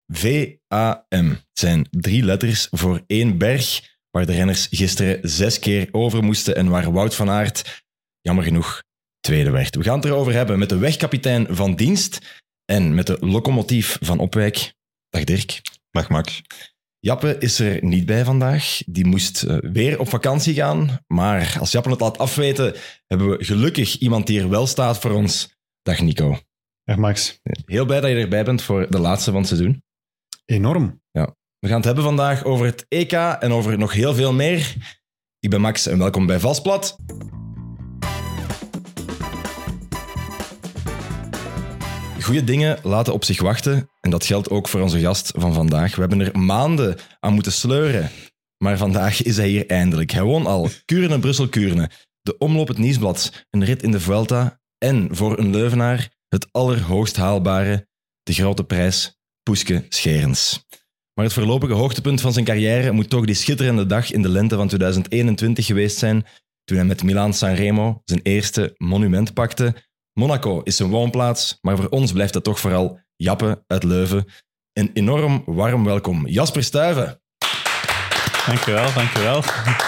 VAM. Het zijn 3 letters voor 1 berg, waar de renners gisteren 6 keer over moesten en waar Wout van Aert, jammer genoeg, tweede werd. We gaan het erover hebben met de wegkapitein van dienst en met de locomotief van Opwijk. Dag Dirk. Dag Max. Jappe is er niet bij vandaag. Die moest weer op vakantie gaan. Maar als Jappe het laat afweten, hebben we gelukkig iemand die er wel staat voor ons. Dag Nico. Dag Max. Heel blij dat je erbij bent voor de laatste van het seizoen. Enorm. Ja. We gaan het hebben vandaag over het EK en over nog heel veel meer. Ik ben Max en welkom bij Valsplat. Goeie dingen laten op zich wachten en dat geldt ook voor onze gast van vandaag. We hebben er maanden aan moeten sleuren, maar vandaag is hij hier eindelijk. Hij won al Kuurne-Brussel-Kuurne, de Omloop het Nieuwsblad, een rit in de Vuelta en voor een Leuvenaar het allerhoogst haalbare, de grote prijs Poeske Scherens. Maar het voorlopige hoogtepunt van zijn carrière moet toch die schitterende dag in de lente van 2021 geweest zijn, toen hij met Milaan-San Remo zijn eerste monument pakte. Monaco is zijn woonplaats, maar voor ons blijft dat toch vooral Jappe uit Leuven. Een enorm warm welkom, Jasper Stuyven. Dankjewel.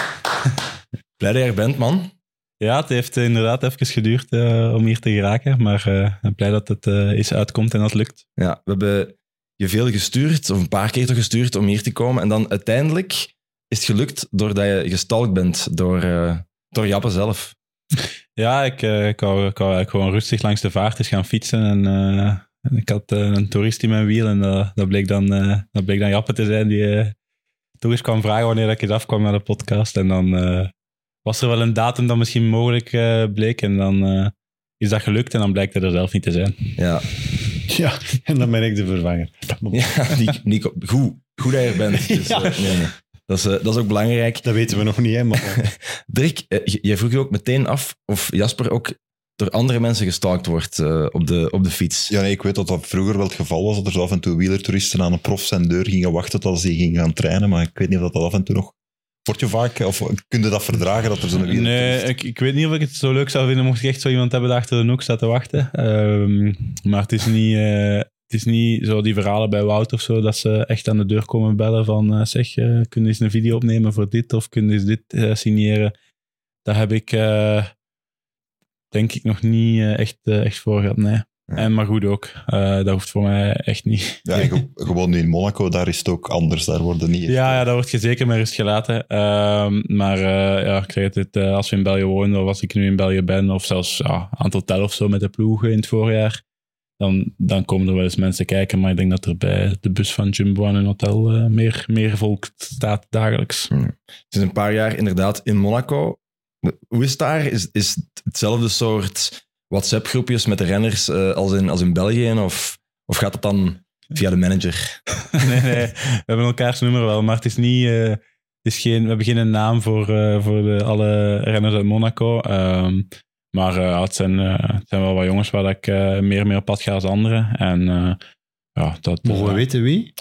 Blij dat je er bent, man. Ja, het heeft inderdaad even geduurd om hier te geraken, maar blij dat het eens uitkomt en dat lukt. Ja, we hebben je veel gestuurd, of een paar keer toch gestuurd om hier te komen. En dan uiteindelijk is het gelukt doordat je gestalkt bent door Jappe zelf. Ja, ik wou eigenlijk gewoon rustig langs de vaart eens gaan fietsen. En ik had een toerist in mijn wiel en dat bleek dan Jappe te zijn die toch eens kwam vragen wanneer ik eens afkwam naar de podcast. En dan was er wel een datum dat misschien mogelijk bleek. En dan is dat gelukt en dan blijkt hij er zelf niet te zijn. Ja, en dan ben ik de vervanger. Ja, Nico, goed dat je er bent. Dus, Ja. Nee. Dat is ook belangrijk. Dat weten we nog niet, hè, maar... Dirk, jij vroeg je ook meteen af of Jasper ook door andere mensen gestalkt wordt op de fiets. Ja, nee, ik weet dat dat vroeger wel het geval was, dat er zo af en toe wielertoeristen aan een prof zijn deur gingen wachten tot ze ging gaan trainen, maar ik weet niet of dat af en toe nog... Word je vaak, of kun je dat verdragen dat er zo'n wielertoerist... Nee, ik weet niet of ik het zo leuk zou vinden mocht ik echt zo iemand hebben dat achter de hoek staat te wachten. Maar het is niet zo die verhalen bij Wout of zo, dat ze echt aan de deur komen bellen van zeg, kun je eens een video opnemen voor dit of kun je eens dit signeren. Daar heb ik denk ik nog niet echt voor gehad, nee. Ja. Maar goed ook, dat hoeft voor mij echt niet. Ja, gewoon nu in Monaco, daar is het ook anders, daar worden niet... Ja, daar word je zeker met rust gelaten. Maar ik zeg het, als we in België wonen of als ik nu in België ben, of zelfs aan het hotel of zo met de ploegen in het voorjaar, dan komen er wel eens mensen kijken, maar ik denk dat er bij de bus van Jumbo aan een hotel meer volk staat dagelijks. Het is een paar jaar inderdaad in Monaco. Hoe is het daar? Is het hetzelfde soort WhatsApp-groepjes met de renners als in België? Of gaat het dan via de manager? Nee, we hebben elkaars nummer wel, maar het is niet... we hebben geen naam voor alle renners uit Monaco. Maar het zijn wel wat jongens waar ik meer mee op pad ga als anderen. En mogen we weten wie?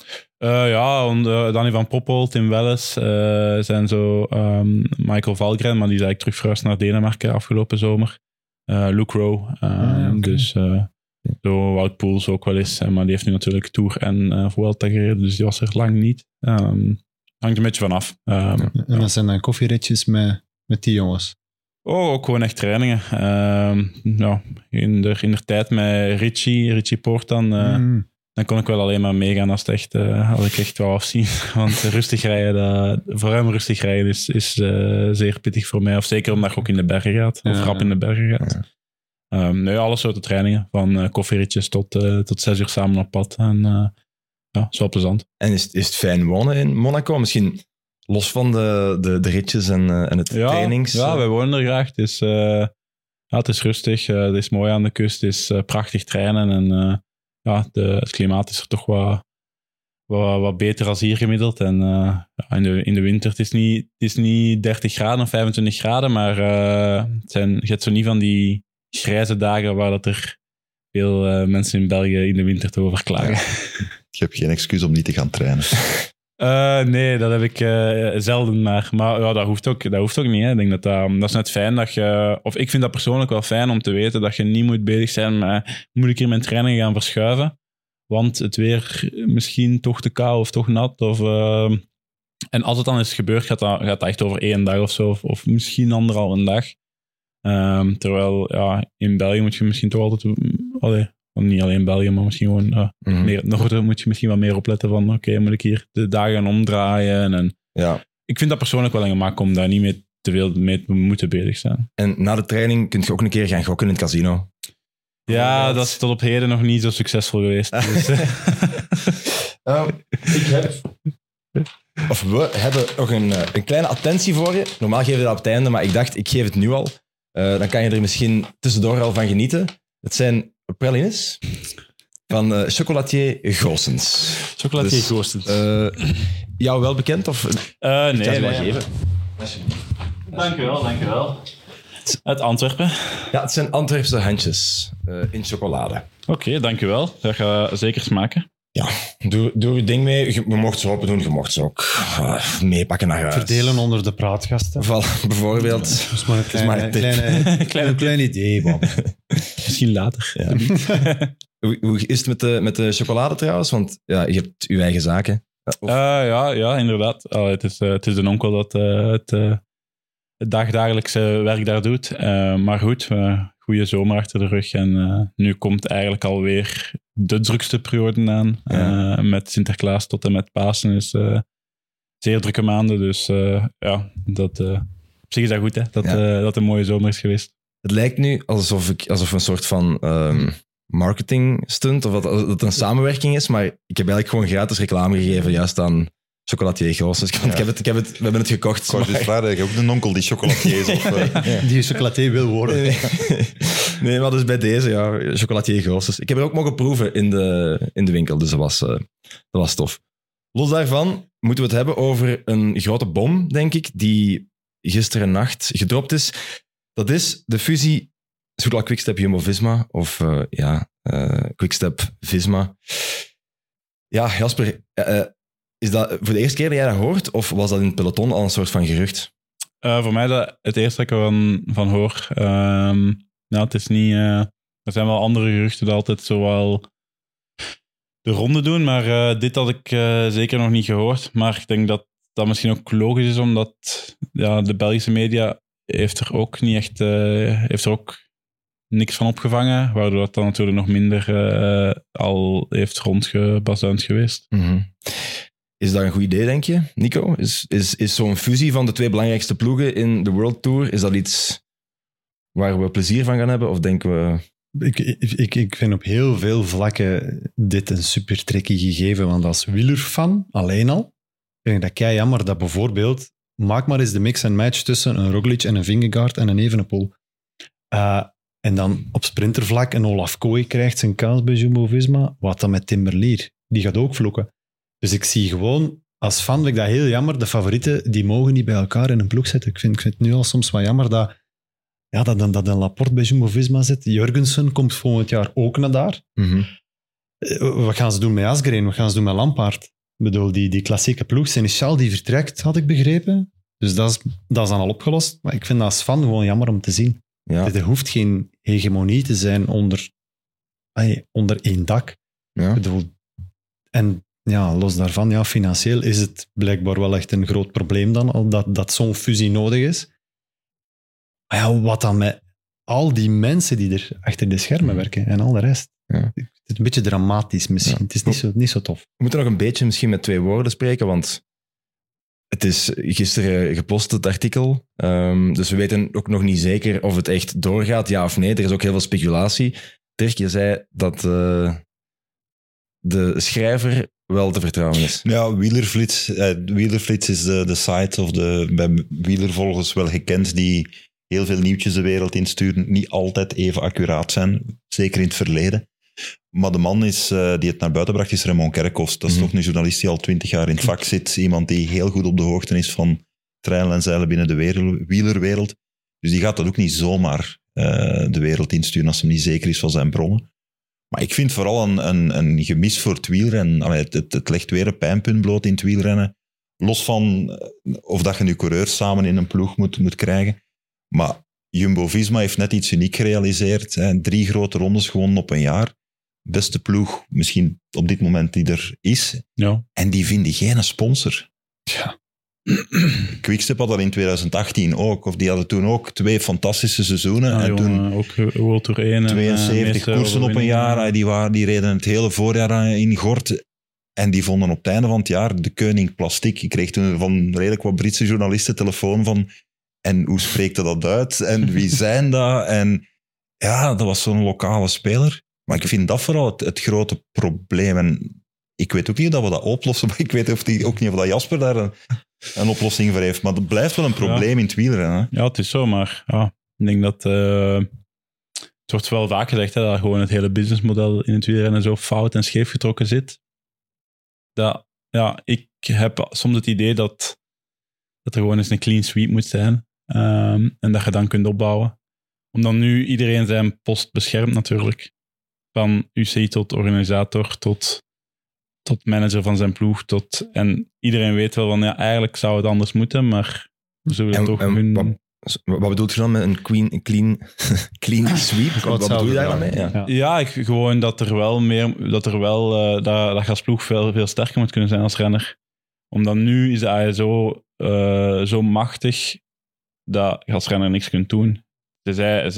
Danny van Poppel, Tim Welles zijn zo Michael Valgren, maar die is eigenlijk terug verhuisd naar Denemarken afgelopen zomer. Luke Rowe. Okay. Dus zo Wout Poels ook wel eens. Maar die heeft nu natuurlijk Tour en Vuelta gereden, dus die was er lang niet. Hangt een beetje vanaf. En dat zijn dan koffieritjes met die jongens? Ook gewoon echt trainingen. In de tijd met Richie Portan, dan kon ik wel alleen maar meegaan als ik echt wou afzien. Want rustig rijden, voor hem rustig rijden is zeer pittig voor mij. Of zeker omdat je ook in de bergen gaat, of rap in de bergen gaat. Alles soorten trainingen. Van koffieritjes tot 6 uur samen op pad. En is wel plezant. En is het fijn wonen in Monaco? Misschien los van de ritjes en het trainings? Ja, wij wonen er graag. Het is rustig, het is mooi aan de kust, het is prachtig trainen en het klimaat is er toch wat beter als hier gemiddeld. En in de winter, het is niet 30 graden of 25 graden, maar je hebt zo niet van die grijze dagen waar dat er veel mensen in België in de winter te over klagen. Je hebt geen excuus om niet te gaan trainen. Nee, dat heb ik zelden maar. Maar dat hoeft ook niet. Hè. Ik denk dat is net fijn dat je... Of ik vind dat persoonlijk wel fijn om te weten dat je niet moet bezig zijn met... Moet ik hier mijn trainingen gaan verschuiven? want het weer misschien toch te koud of toch nat. En als het dan is gebeurd, gaat dat echt over 1 dag of zo, of misschien 1,5 dag. Terwijl in België moet je misschien toch altijd... niet alleen België, maar misschien gewoon meer het noorden moet je misschien wat meer opletten van oké, moet ik hier de dagen omdraaien. En ik vind dat persoonlijk wel een gemak om daar niet mee te veel mee te moeten bezig zijn. En na de training kun je ook een keer gaan gokken in het casino. Ja, dat is tot op heden nog niet zo succesvol geweest. Dus. We hebben nog een kleine attentie voor je. Normaal geven we dat op het einde, maar ik dacht, ik geef het nu al. Dan kan je er misschien tussendoor al van genieten. Het zijn pralines van chocolatier Goossens. Chocolatier Goossens. Jou wel bekend? Of? Nee. Ik ga ze wel geven. Dankjewel. Uit Antwerpen. Ja, het zijn Antwerpse handjes in chocolade. Oké, dankjewel. Dat gaat zeker smaken. Ja, doe je ding mee. Je mocht ze open doen, je mocht ze ook meepakken naar huis. Verdelen onder de praatgasten. Bijvoorbeeld. Dat is maar een klein idee, Bob. Misschien later. Ja. Hoe is het met de chocolade trouwens? Want je hebt je eigen zaken. Ja, inderdaad. Het is een onkel dat het dagdagelijkse werk daar doet. Maar goed, goede zomer achter de rug. En nu komt eigenlijk alweer de drukste periode aan. Ja. Met Sinterklaas tot en met Pasen is zeer drukke maanden. Dus op zich is dat goed, hè? Dat een mooie zomer is geweest. Het lijkt nu alsof een soort van marketing stunt, of dat het een samenwerking is, maar ik heb eigenlijk gewoon gratis reclame gegeven juist aan chocolatier Goossens. We hebben het gekocht. Ik wou dus vragen, heb je ook een onkel die chocolatier is? Die chocolatier wil worden. Nee, maar dus bij deze, chocolatier Goossens. Ik heb er ook mogen proeven in de winkel, dus dat was tof. Los daarvan moeten we het hebben over een grote bom, denk ik, die gisteren nacht gedropt is. Dat is de fusie Soudal Quickstep Jumbo-Visma of Quickstep Visma. Ja, Jasper, is dat voor de eerste keer dat jij dat hoort, of was dat in het peloton al een soort van gerucht? Voor mij dat het eerste dat ik ervan hoor. Het is niet... er zijn wel andere geruchten die altijd zo wel de ronde doen, maar dit had ik zeker nog niet gehoord. Maar ik denk dat dat misschien ook logisch is, omdat de Belgische media heeft er ook niet echt... heeft er ook niks van opgevangen, waardoor dat dan natuurlijk nog minder al heeft rondgebazuind geweest. Mm-hmm. Is dat een goed idee, denk je, Nico? Is zo'n fusie van de 2 belangrijkste ploegen in de World Tour, is dat iets waar we plezier van gaan hebben? Of denken we... Ik vind op heel veel vlakken dit een super tricky gegeven, want als wielerfan, alleen al, vind ik dat kei jammer dat bijvoorbeeld, maak maar eens de mix en match tussen een Roglic en een Vingegaard en een Evenepoel. En dan op sprintervlak een Olaf Kooi krijgt zijn kans bij Jumbo-Visma, wat dan met Tim Merlier? Die gaat ook vloeken. Dus ik zie gewoon, als fan vind ik dat heel jammer, de favorieten, die mogen niet bij elkaar in een ploeg zitten. Ik vind het nu al soms wat jammer dat een Laporte bij Jumbo-Visma zit. Jurgensen komt volgend jaar ook naar daar. Mm-hmm. Wat gaan ze doen met Asgreen? Wat gaan ze doen met Lampaard? Ik bedoel, die klassieke ploeg. Seneschal die vertrekt, had ik begrepen. Dus dat is dan al opgelost. Maar ik vind dat als fan gewoon jammer om te zien. Ja. Er hoeft geen hegemonie te zijn onder één dak. Ja. Ik bedoel, en los daarvan, financieel is het blijkbaar wel echt een groot probleem dan, al dat zo'n fusie nodig is. Maar wat dan met al die mensen die er achter de schermen werken en al de rest? Ja. Het is een beetje dramatisch misschien. Ja. Het is niet zo tof. We moeten nog een beetje misschien met 2 woorden spreken, want het is gisteren gepost, het artikel. Dus we weten ook nog niet zeker of het echt doorgaat, ja of nee. Er is ook heel veel speculatie. Dirk, je zei dat de schrijver wel te vertrouwen is. Ja, Wielerflits is de site of bij wielervolgers wel gekend die heel veel nieuwtjes de wereld insturen. Niet altijd even accuraat zijn, zeker in het verleden. Maar de man die het naar buiten bracht is Raymond Kerkhoffs. Dat is toch een journalist die al 20 jaar in het vak zit. Iemand die heel goed op de hoogte is van trainen en zeilen binnen de wielerwereld. Dus die gaat dat ook niet zomaar de wereld insturen als hij niet zeker is van zijn bronnen. Maar ik vind vooral een gemis voor het wielrennen. Het legt weer een pijnpunt bloot in het wielrennen. Los van of dat je nu coureurs samen in een ploeg moet krijgen. Maar Jumbo-Visma heeft net iets uniek gerealiseerd. 3 grote rondes gewonnen op een jaar. beste ploeg misschien op dit moment die er is. Ja. En die vinden geen sponsor. Ja. Quickstep had dat in 2018 ook. Of die hadden toen ook 2 fantastische seizoenen. Ah, en toen ook World Tour 1. 72 koersen op een jaar. Die reden het hele voorjaar in Gort. En die vonden op het einde van het jaar de koning plastiek. Ik kreeg toen van redelijk wat Britse journalisten telefoon van... En hoe spreekt dat uit? En wie zijn dat? En ja, dat was zo'n lokale speler. Maar ik vind dat vooral het grote probleem. En ik weet ook niet of dat we dat oplossen. Maar ik weet ook niet of dat Jasper daar een oplossing voor heeft. Maar dat blijft wel een probleem in het wielrennen. Ja, het is zo, maar ik denk dat... het wordt wel vaak gezegd hè, dat gewoon het hele businessmodel in het wielrennen zo fout en scheef getrokken zit. Ik heb soms het idee dat er gewoon eens een clean sweep moet zijn. En dat je dan kunt opbouwen. Omdat nu iedereen zijn post beschermt natuurlijk. Van UCI tot organisator, tot manager van zijn ploeg. En iedereen weet wel van, eigenlijk zou het anders moeten, maar we zullen toch hun... Wat bedoelt je dan met een clean sweep? Wat bedoel je daar dan mee? Ja, gewoon dat er wel dat je als ploeg veel sterker moet kunnen zijn als renner. Omdat nu is hij zo machtig dat je als renner niks kunt doen. Dus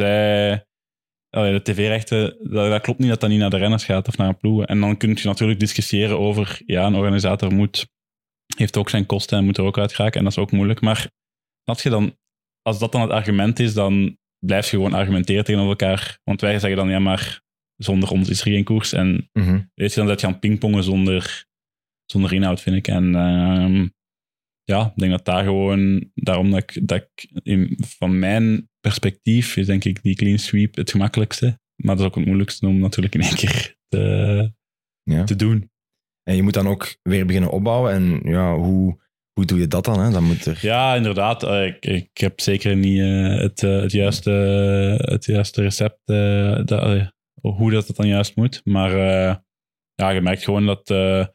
de tv-rechten, dat klopt niet dat niet naar de renners gaat of naar een ploeg. En dan kun je natuurlijk discussiëren over, een organisator heeft ook zijn kosten en moet er ook uit geraken. En dat is ook moeilijk. Maar als dat dan het argument is, dan blijf je gewoon argumenteren tegenover elkaar. Want wij zeggen dan, maar zonder ons is er geen koers. En weet je, dan zet je aan pingpongen zonder inhoud, vind ik. En ik denk dat daar gewoon, daarom dat ik van mijn perspectief is denk ik die clean sweep het gemakkelijkste. Maar dat is ook het moeilijkste om natuurlijk in één keer te doen. En je moet dan ook weer beginnen opbouwen. En hoe doe je dat dan? Hè? Dan moet er... Ja, inderdaad. Ik heb zeker niet het juiste recept hoe dat dan juist moet. Maar je merkt gewoon dat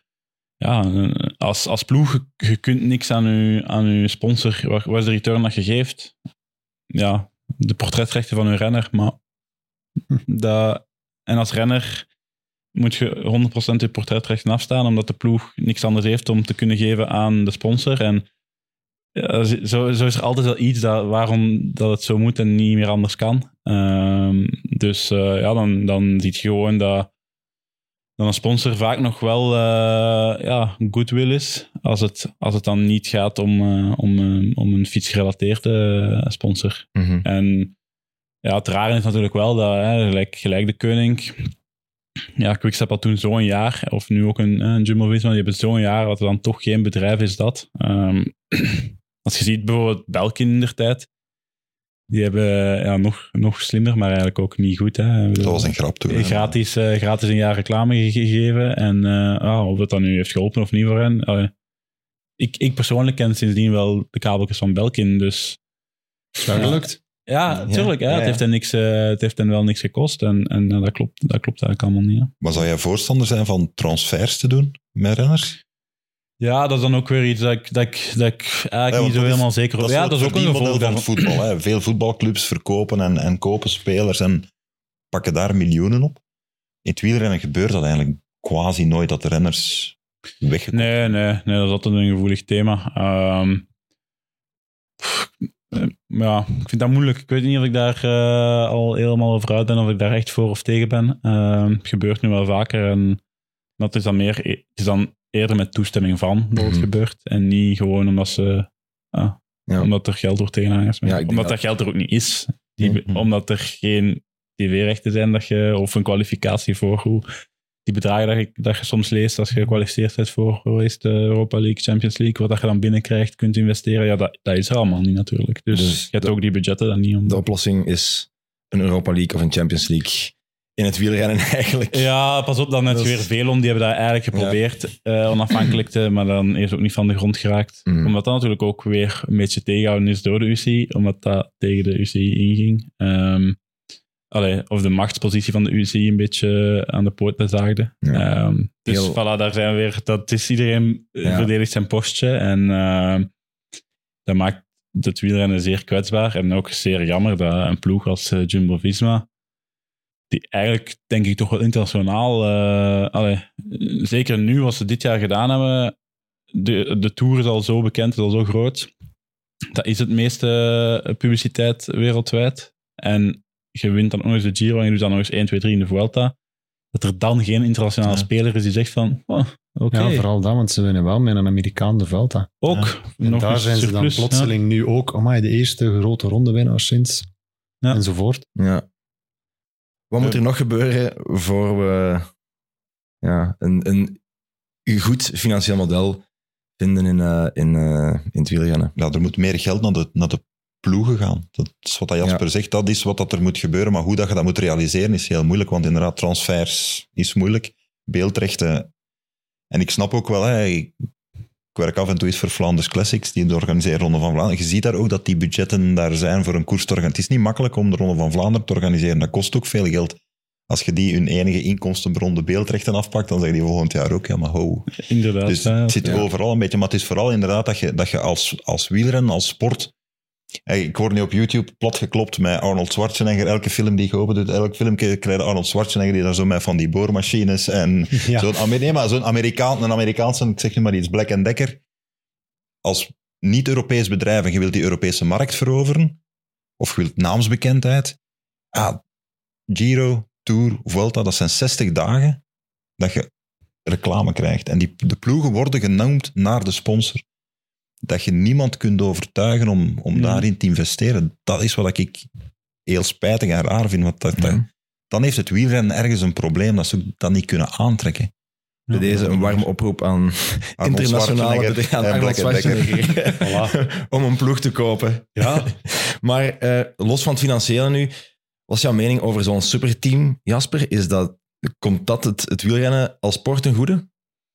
als ploeg, je kunt niks aan je sponsor. Wat is de return dat je geeft? Ja, de portretrechten van je renner. Maar en als renner moet je 100% je portretrechten afstaan, omdat de ploeg niks anders heeft om te kunnen geven aan de sponsor. En zo is er altijd wel iets waarom dat het zo moet en niet meer anders kan. Dan zie je gewoon dat een sponsor vaak nog wel goodwill is, als het dan niet gaat om een fietsgerelateerde sponsor. Mm-hmm. En het rare is natuurlijk wel dat gelijk de koning... Ja, Quickstep had toen zo'n jaar, of nu ook een Jumbo-Visma, die hebben zo'n jaar dat er dan toch geen bedrijf is dat. Als je ziet bijvoorbeeld Belkin in der tijd, die hebben nog slimmer, maar eigenlijk ook niet goed. Hè. Dat was een grap toen. Gratis een jaar reclame gegeven en of dat dan nu heeft geholpen of niet voor hen. Ik persoonlijk ken sindsdien wel de kabeltjes van Belkin, dus... Is wel gelukt? Ja, tuurlijk. Ja. Het heeft hen wel niks gekost. En dat klopt eigenlijk allemaal niet. Ja. Maar zou jij voorstander zijn van transfers te doen met renners? Ja, dat is dan ook weer iets dat ik eigenlijk niet zo helemaal zeker over. Ja, dat is ook een gevolg van het voetbal. Hè. Veel voetbalclubs verkopen en kopen spelers en pakken daar miljoenen op. In het wielrennen gebeurt dat eigenlijk quasi nooit, dat de renners weggekomen. Nee, dat is altijd een gevoelig thema. Ik vind dat moeilijk. Ik weet niet of ik daar al helemaal over uit ben, of ik daar echt voor of tegen ben. Het gebeurt nu wel vaker en dat is dan meer... Het is dan eerder met toestemming van dat het gebeurt en niet gewoon omdat omdat er geld wordt tegenaan gesmeed. Omdat dat geld er ook niet is. Omdat er geen tv-rechten zijn of een kwalificatie voor die bedragen dat je soms leest als je gekwalificeerd bent voor de Europa League, Champions League, wat je dan binnenkrijgt, kunt investeren. Ja, dat is er allemaal niet natuurlijk. Dus je hebt ook die budgetten dan niet om... De oplossing is een Europa League of een Champions League in het wielrennen eigenlijk. Ja, pas op, dan heb je weer Velom, die hebben dat eigenlijk geprobeerd onafhankelijk te, maar dan is het ook niet van de grond geraakt. Omdat dat natuurlijk ook weer een beetje tegenhouden is door de UCI, omdat dat tegen de UCI inging. Of de machtspositie van de UCI een beetje aan de poot bezaagde. Ja. Dus voilà, daar zijn we weer. Dat is iedereen verdedigt zijn postje en dat maakt het wielrennen zeer kwetsbaar en ook zeer jammer dat een ploeg als Jumbo-Visma die eigenlijk, denk ik, toch wel internationaal... zeker nu, wat ze dit jaar gedaan hebben... De Tour is al zo bekend, is al zo groot. Dat is het meeste publiciteit wereldwijd. En je wint dan ook nog eens de Giro en je doet dan nog eens 1, 2, 3 in de Vuelta. Dat er dan geen internationale speler is die zegt van... Oké. Ja, vooral dat, want ze winnen wel met een Amerikaan de Vuelta. Ook. En Nog daar een zijn ze dan surplus, plotseling nu ook... de eerste grote rondewinnaar sinds... enzovoort. Ja. Wat moet er nog gebeuren voor we een goed financieel model vinden in het wielrennen? Ja, er moet meer geld naar de ploegen gaan. Dat is wat Jasper zegt, dat is wat er moet gebeuren. Maar hoe dat je dat moet realiseren is heel moeilijk, want inderdaad, transfers is moeilijk. Beeldrechten. En ik snap ook wel, ik werk af en toe eens voor Flanders Classics, die organiseren Ronde van Vlaanderen. Je ziet daar ook dat die budgetten daar zijn voor een koers te organiseren. Het is niet makkelijk om de Ronde van Vlaanderen te organiseren. Dat kost ook veel geld. Als je die hun enige inkomstenbron de beeldrechten afpakt, dan zeggen die volgend jaar ook, ja maar ho. Inderdaad. Dus het zit overal een beetje, maar het is vooral inderdaad dat je als wielrennen, als sport... Ik word nu op YouTube platgeklopt met Arnold Schwarzenegger. Elke film die je open doet, elk filmpje krijgt Arnold Schwarzenegger die daar zo met van die boormachines en zo'n Amerikaanse, ik zeg nu maar iets, Black & Decker. Als niet-Europees bedrijf en je wilt die Europese markt veroveren, of je wilt naamsbekendheid, Giro, Tour, Vuelta, dat zijn 60 dagen dat je reclame krijgt. En de ploegen worden genoemd naar de sponsor. Dat je niemand kunt overtuigen om daarin te investeren. Dat is wat ik heel spijtig en raar vind. Want dan heeft het wielrennen ergens een probleem dat ze dat niet kunnen aantrekken. Bij deze een warme oproep aan internationale Arnold Schwarzenegger om een ploeg te kopen. Ja. Maar los van het financiële nu, wat is jouw mening over zo'n superteam, Jasper? Komt dat het wielrennen als sport ten goede?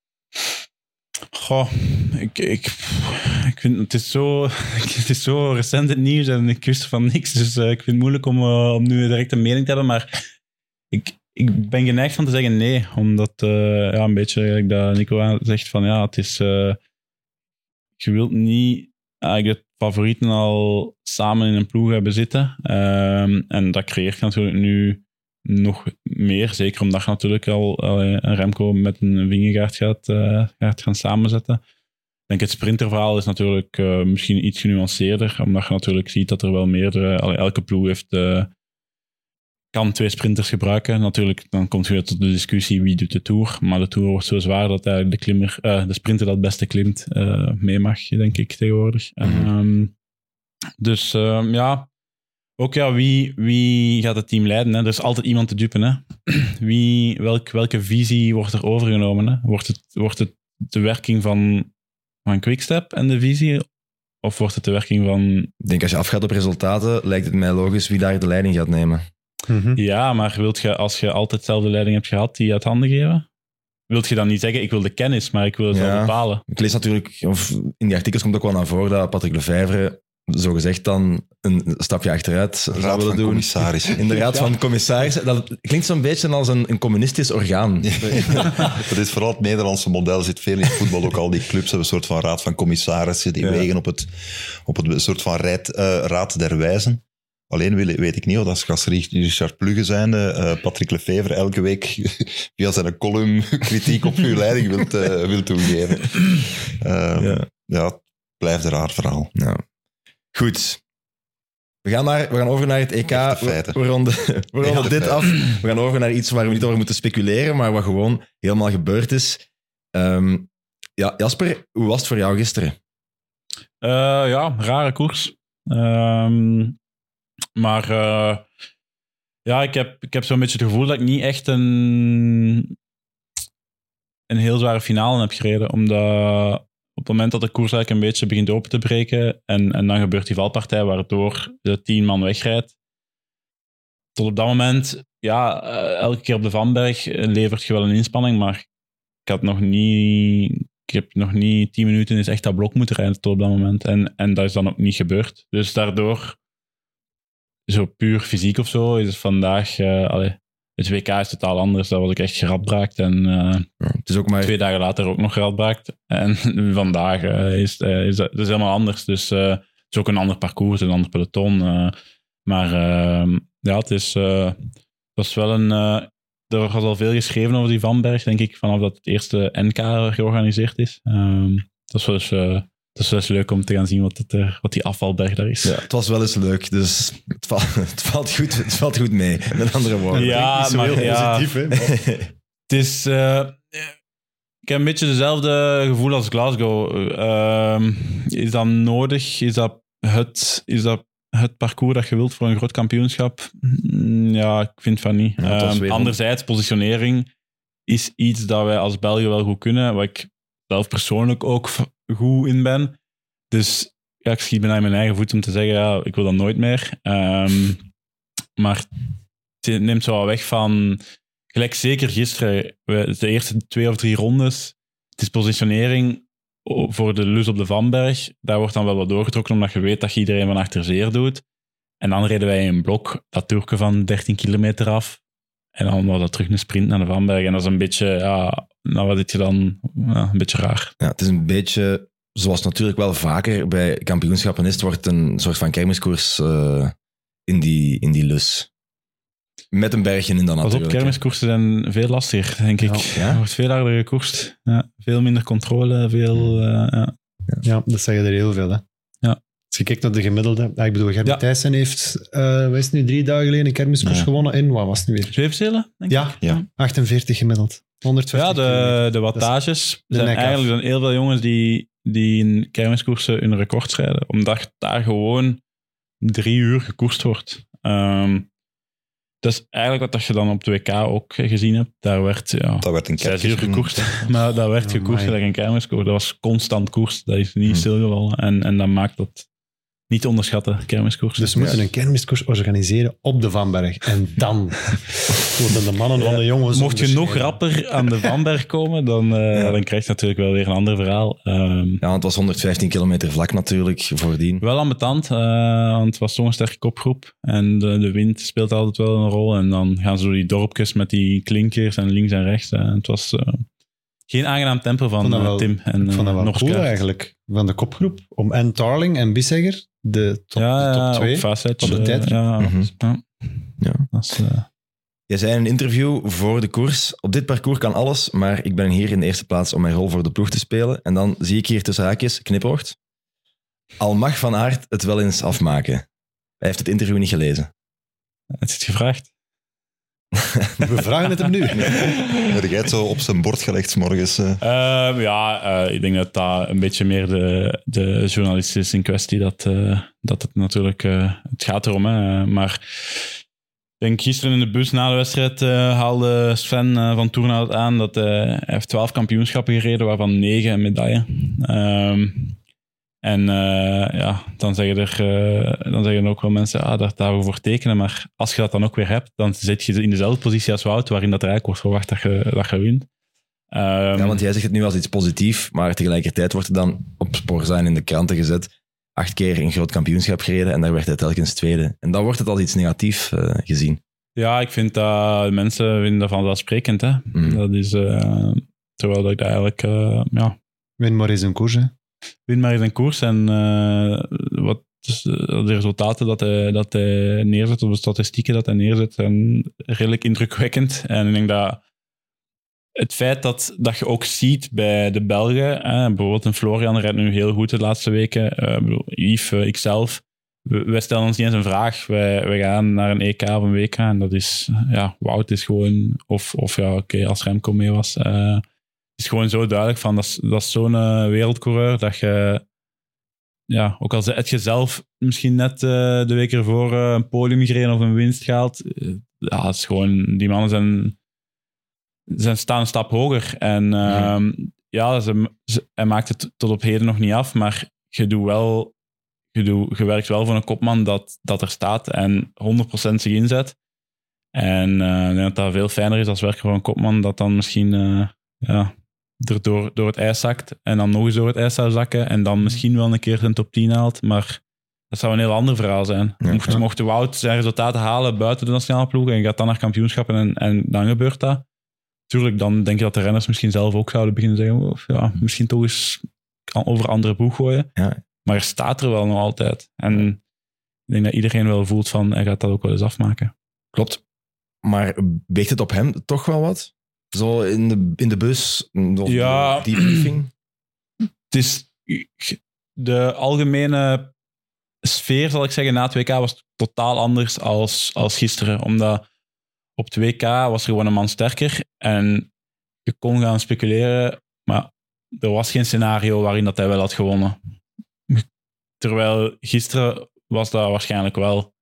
Goh, ik vind het is zo recent het nieuws en ik wist van niks, dus ik vind het moeilijk om nu direct een mening te hebben, maar ik ben geneigd van te zeggen nee, omdat een beetje like dat Nico zegt van het is je wilt niet de favorieten al samen in een ploeg hebben zitten en dat creëert natuurlijk nu nog meer, zeker omdat je natuurlijk al een Remco met een Vingegaard gaat gaan samenzetten. Ik denk het sprinterverhaal is natuurlijk misschien iets genuanceerder, omdat je natuurlijk ziet dat er wel meerdere... elke ploeg kan 2 sprinters gebruiken. Natuurlijk, dan komt je weer tot de discussie wie doet de Tour, maar de Tour wordt zo zwaar dat eigenlijk de sprinter dat het beste klimt mee mag, denk ik, tegenwoordig. Mm-hmm. Dus ook wie gaat het team leiden? Hè? Er is altijd iemand te dupen. Hè? Welke visie wordt er overgenomen? Hè? Wordt het de werking van Quickstep en de visie? Of wordt het de werking van... Ik denk als je afgaat op resultaten, lijkt het mij logisch wie daar de leiding gaat nemen. Mm-hmm. Ja, maar wilt je, als je altijd dezelfde leiding hebt gehad, die uit handen geven? Wilt je dan niet zeggen, ik wil de kennis, maar ik wil het wel bepalen? Ik lees natuurlijk, of in die artikels komt ook wel naar voren dat Patrick Lefevere zogezegd dan een stapje achteruit zou willen doen. Commissaris. In de raad van commissaris. Dat klinkt zo'n beetje als een communistisch orgaan. Dat is vooral het Nederlandse model. Zit veel in het voetbal. Ook al die clubs hebben een soort van raad van commissarissen die wegen op het soort van raad der wijzen. Alleen weet ik niet of als Richard Plugge zijnde Patrick Lefevere elke week via zijn column kritiek op uw leiding wil toegeven. Het blijft een raar verhaal. Ja. Goed. We gaan over naar het EK. We ronden dit af. We gaan over naar iets waar we niet over moeten speculeren, maar wat gewoon helemaal gebeurd is. Jasper, hoe was het voor jou gisteren? Rare koers. Maar ik heb zo'n beetje het gevoel dat ik niet echt een heel zware finale heb gereden, omdat op het moment dat de koers eigenlijk een beetje begint open te breken en dan gebeurt die valpartij waardoor de 10 man wegrijdt. Tot op dat moment, elke keer op de Vanberg levert je wel een inspanning, maar ik heb nog niet 10 minuten eens echt dat blok moeten rijden tot op dat moment. En dat is dan ook niet gebeurd. Dus daardoor, zo puur fysiek of zo, is het vandaag... Het WK is totaal anders. Dat was ik echt geradbraakt. En het is ook maar 2 dagen later ook nog geradbraakt. En vandaag is dat helemaal anders. Dus het is ook een ander parcours, een ander peloton. Het was was wel er was al veel geschreven over die Vanberg, denk ik, vanaf dat het eerste NK georganiseerd is. Dat is wel eens leuk om te gaan zien wat die afvalberg daar is. Ja, het was wel eens leuk, dus het valt goed mee, met andere woorden. Ja, Niet zo maar heel ja, positief, hè? Maar- het is... ik heb een beetje hetzelfde gevoel als Glasgow. Is dat nodig? Is dat het parcours dat je wilt voor een groot kampioenschap? Ja, ik vind van niet. Ja, het was weer Anderzijds, positionering is iets dat wij als Belgen wel goed kunnen, waar ik zelf persoonlijk ook goed in ben. Dus ja, ik schiet bijna in mijn eigen voet om te zeggen, ja, ik wil dat nooit meer. Maar het neemt zo wel weg van... Gelijk zeker gisteren, de eerste 2 of 3 rondes, het is positionering voor de lus op de Vanberg. Daar wordt dan wel wat doorgetrokken, omdat je weet dat je iedereen van achter zeer doet. En dan reden wij in een blok dat toerke van 13 kilometer af. En dan was dat terug een sprint naar de Vanberg. En dat is een beetje, ja, nou wat dit je dan, ja, een beetje raar. Ja, het is een beetje, zoals natuurlijk wel vaker bij kampioenschappen is, het wordt een soort van kermiskoers in die lus. Met een bergje in dan Pas op, natuurlijk. kermiskoersen zijn veel lastiger, denk ik. Ja? Er wordt veel harder gekoerst. Ja, veel minder controle, veel... ja. Ja, dat zeggen er heel veel. Hè. Ja. Als je kijkt naar de gemiddelde... Ik bedoel, Gerben Ja. Thijssen heeft, wat is het nu, 3 dagen geleden een kermiskoers Ja. gewonnen in, wat was het nu weer? Zweefzelen, denk ik. Ja, Ja. 48 gemiddeld. 150 Ja, kilometer. de wattages de zijn nek af. eigenlijk heel veel jongens die in kermiskoersen hun record scheiden. Omdat daar gewoon 3 uur gekoerst wordt. Dat is eigenlijk wat je dan op de WK ook gezien hebt. Daar werd Dat werd een 6 uur kerkje gekoerst. Maar dat werd Oh, gekoerst my. like een kermiskoers. Dat was constant koers. Dat is niet stilgevallen. En dat maakt dat niet te onderschatten, kermiskoers. Dus we moeten een kermiskoers organiseren op de Vanberg. En dan worden de mannen van de jongens... Mocht je nog onderscheiden. rapper aan de Vanberg komen, dan krijg je natuurlijk wel weer een ander verhaal. Ja, het was 115 kilometer vlak natuurlijk, voordien. Wel ambetant, want het was zo'n sterke kopgroep. En de wind speelt altijd wel een rol. En dan gaan ze door die dorpjes met die klinkers en links en rechts. Het was geen aangenaam tempo Ik vond van dat wel- Tim en Ik vond dat wel Norskaart. cool eigenlijk, van de kopgroep. Om en Tarling en Bissegger, de top 2. ook Vasec, op de tijdrit. ja, Mhm. ja. Dat is, Jij zei in een interview voor de koers, op dit parcours kan alles, maar ik ben hier in de eerste plaats om mijn rol voor de ploeg te spelen. En dan zie ik hier tussen haakjes, knipoogd, al mag Van Aert het wel eens afmaken. Hij heeft het interview niet gelezen. het is gevraagd. We vragen het hem nu. Heb jij het zo op zijn bord gelegd 's morgens? Ik denk dat dat een beetje meer de journalist is in kwestie. Dat het natuurlijk... het gaat erom, hè. Maar ik denk gisteren in de bus na de wedstrijd haalde Sven van Tournout aan dat hij heeft 12 kampioenschappen gereden, waarvan 9 een medaille. Dan zeggen er ook wel mensen, daar we voor tekenen. Maar als je dat dan ook weer hebt, dan zit je in dezelfde positie als Wout, waarin dat er eigenlijk wordt verwacht dat je wint. Ja, want jij zegt het nu als iets positiefs, maar tegelijkertijd wordt er dan op Sportza in de kranten gezet 8 keer een groot kampioenschap gereden en daar werd hij telkens tweede. En dan wordt het als iets negatiefs gezien. Ja, ik vind dat mensen vinden dat vanzelfsprekend. Hè? Mm. Dat is, terwijl dat ik dat eigenlijk... Win maar eens een koers, hè. win maar eens een koers en de resultaten dat hij neerzet, of de statistieken dat hij neerzet, zijn redelijk indrukwekkend. En ik denk dat het feit dat je ook ziet bij de Belgen, bijvoorbeeld een Florian rijdt nu heel goed de laatste weken, Yves, ikzelf, wij stellen ons niet eens een vraag. Wij gaan naar een EK of een WK en dat is, Wout is gewoon, als Remco mee was, het is gewoon zo duidelijk van, dat is zo'n wereldcoureur dat je, ook al zet je zelf misschien net de week ervoor een podium gereden of een winst gehaald, het is gewoon, die mannen staan een stap hoger. En hij maakt het tot op heden nog niet af, maar je werkt wel voor een kopman dat er staat en 100% zich inzet. En ik denk dat dat veel fijner is als werken voor een kopman dat dan misschien er door het ijs zakt en dan nog eens door het ijs zou zakken en dan misschien wel een keer zijn top 10 haalt, maar dat zou een heel ander verhaal zijn. Ja. Mocht de Wout zijn resultaten halen buiten de nationale ploeg en gaat dan naar kampioenschappen en dan gebeurt dat. Tuurlijk, dan denk je dat de renners misschien zelf ook zouden beginnen zeggen, misschien toch eens over andere boeg gooien. Ja. Maar er staat er wel nog altijd. En ik denk dat iedereen wel voelt van, hij gaat dat ook wel eens afmaken. Klopt. Maar weegt het op hem toch wel wat? Zo in de bus, Ja. die briefing? Het is de algemene sfeer, zal ik zeggen, na het WK was totaal anders als gisteren. Omdat op het WK was er gewoon een man sterker en je kon gaan speculeren, maar er was geen scenario waarin dat hij wel had gewonnen. Terwijl gisteren was dat waarschijnlijk wel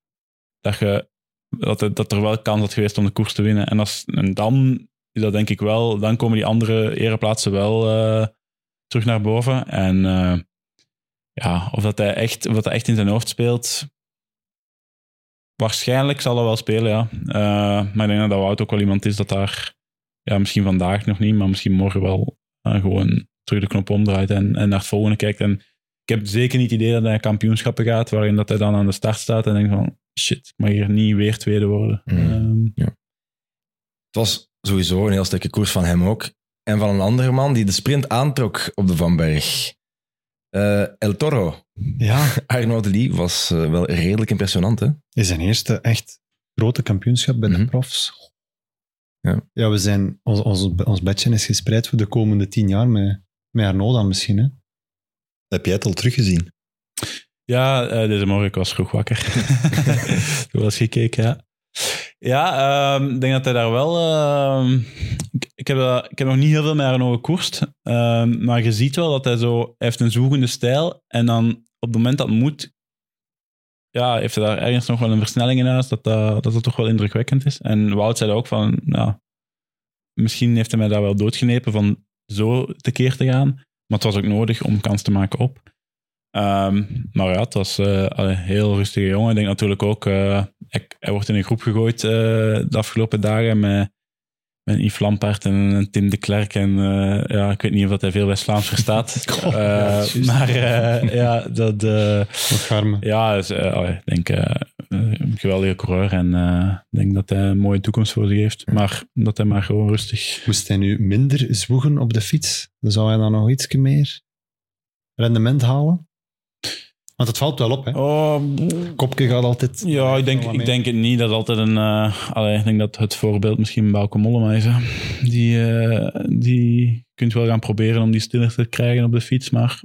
dat er wel kans had geweest om de koers te winnen. En dan is dat denk ik wel, dan komen die andere ereplaatsen wel terug naar boven. En of dat echt in zijn hoofd speelt, waarschijnlijk zal dat wel spelen, ja. Maar ik denk dat Wout ook wel iemand is dat daar, misschien vandaag nog niet, maar misschien morgen wel gewoon terug de knop omdraait en naar het volgende kijkt. En ik heb zeker niet het idee dat hij naar kampioenschappen gaat, waarin dat hij dan aan de start staat en denkt van, shit, ik mag hier niet weer tweede worden. Ja. Het was sowieso een heel sterke koers van hem ook. En van een andere man die de sprint aantrok op de Van Berg. El Toro. Ja, Arnaud de Lie was wel redelijk impressionant, hè? is zijn eerste echt grote kampioenschap bij de Mhm. profs. Ja. We zijn, ons bedje is gespreid voor de komende 10 jaar met Arnaud dan misschien. Hè? Heb jij het al teruggezien? Ja, deze morgen, ik was vroeg wakker. Toen was gekeken, ja. Ja, ik denk dat hij daar wel... Ik heb nog niet heel veel met Arnaud gekoerst, maar je ziet wel dat hij heeft een zoekende stijl en dan op het moment dat het moet, heeft hij daar ergens nog wel een versnelling in huis, dat toch wel indrukwekkend is. En Wout zei ook van, misschien heeft hij mij daar wel doodgenepen van zo tekeer te gaan, maar het was ook nodig om kans te maken op. Maar ja, het was een heel rustige jongen. Ik denk natuurlijk ook, hij wordt in een groep gegooid de afgelopen dagen met Yves Lampaert en Tim de Klerk. En ik weet niet of hij veel West-Vlaams verstaat. Wat garme. Ja, dus, ik denk een geweldige coureur. En ik denk dat hij een mooie toekomst voor zich heeft. Maar dat hij maar gewoon rustig... Moest hij nu minder zwoegen op de fiets? Dan zou hij dan nog iets meer rendement halen? Want het valt wel op, hè? Kopje gaat altijd... Ja, ik denk het niet. Dat is altijd ik denk dat het voorbeeld misschien Bauke Mollema is. Hè. Die kunt wel gaan proberen om die stiller te krijgen op de fiets, maar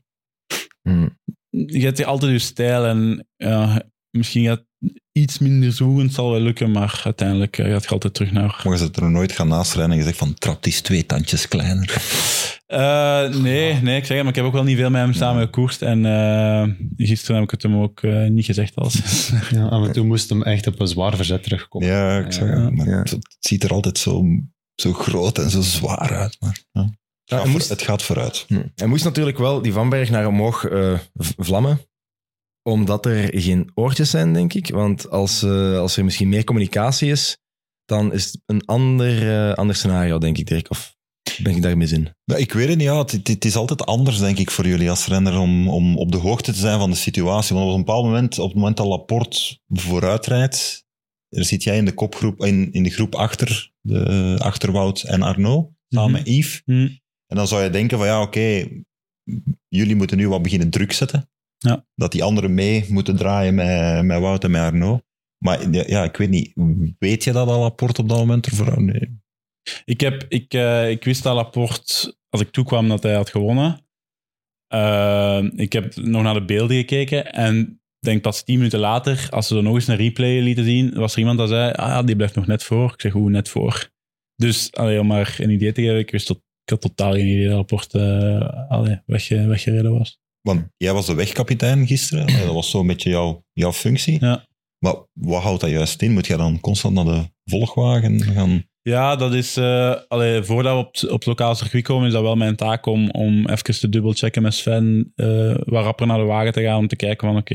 je hebt altijd je stijl en misschien gaat iets minder zoekend zal wel lukken, maar uiteindelijk gaat je altijd terug naar... Maar je zit er nooit gaan naast rijden en je zegt van, trap die 2 tandjes kleiner. Nee, ik zeg het, maar ik heb ook wel niet veel met hem samen gekoerst. En gisteren heb ik het hem ook niet gezegd als. Ja, af en toe moest hem echt op een zwaar verzet terugkomen. Ja, ik zeg het. Maar Ja. het ziet er altijd zo groot en zo zwaar uit. Maar het gaat vooruit. Hij moest natuurlijk wel die Van Berg naar omhoog vlammen, omdat er geen oortjes zijn, denk ik. Want als er misschien meer communicatie is, dan is het een ander scenario, denk ik, Dirk. Of ben ik daar mis in? Ja, ik weet het niet. Ja. Het is altijd anders, denk ik, voor jullie als renner om op de hoogte te zijn van de situatie. Want op een bepaald moment, op het moment dat Laporte vooruit rijdt, zit jij in de kopgroep, in de groep achter Wout en Arnaud, samen met Yves. Mm. En dan zou je denken van oké, jullie moeten nu wat beginnen druk zetten. Ja. Dat die anderen mee moeten draaien met Wout en met Arnaud. Maar ja, ik weet niet. Weet je dat al Laporte op dat moment ervoor? Nee. Ik wist dat Laporte, als ik toekwam, dat hij had gewonnen. Ik heb nog naar de beelden gekeken en denk pas 10 minuten later, als ze er nog eens een replay lieten zien, was er iemand dat zei, die blijft nog net voor. Ik zeg, hoe net voor? Dus, om maar een idee te geven, ik had totaal geen idee dat Laporte weggereden was. Want jij was de wegkapitein gisteren. Dat was zo'n beetje jouw functie. Ja. Maar wat houdt dat juist in? Moet jij dan constant naar de volgwagen gaan? Ja, dat is... voordat we op het lokaal circuit komen, is dat wel mijn taak om even te dubbelchecken met Sven, waar rapper naar de wagen te gaan, om te kijken van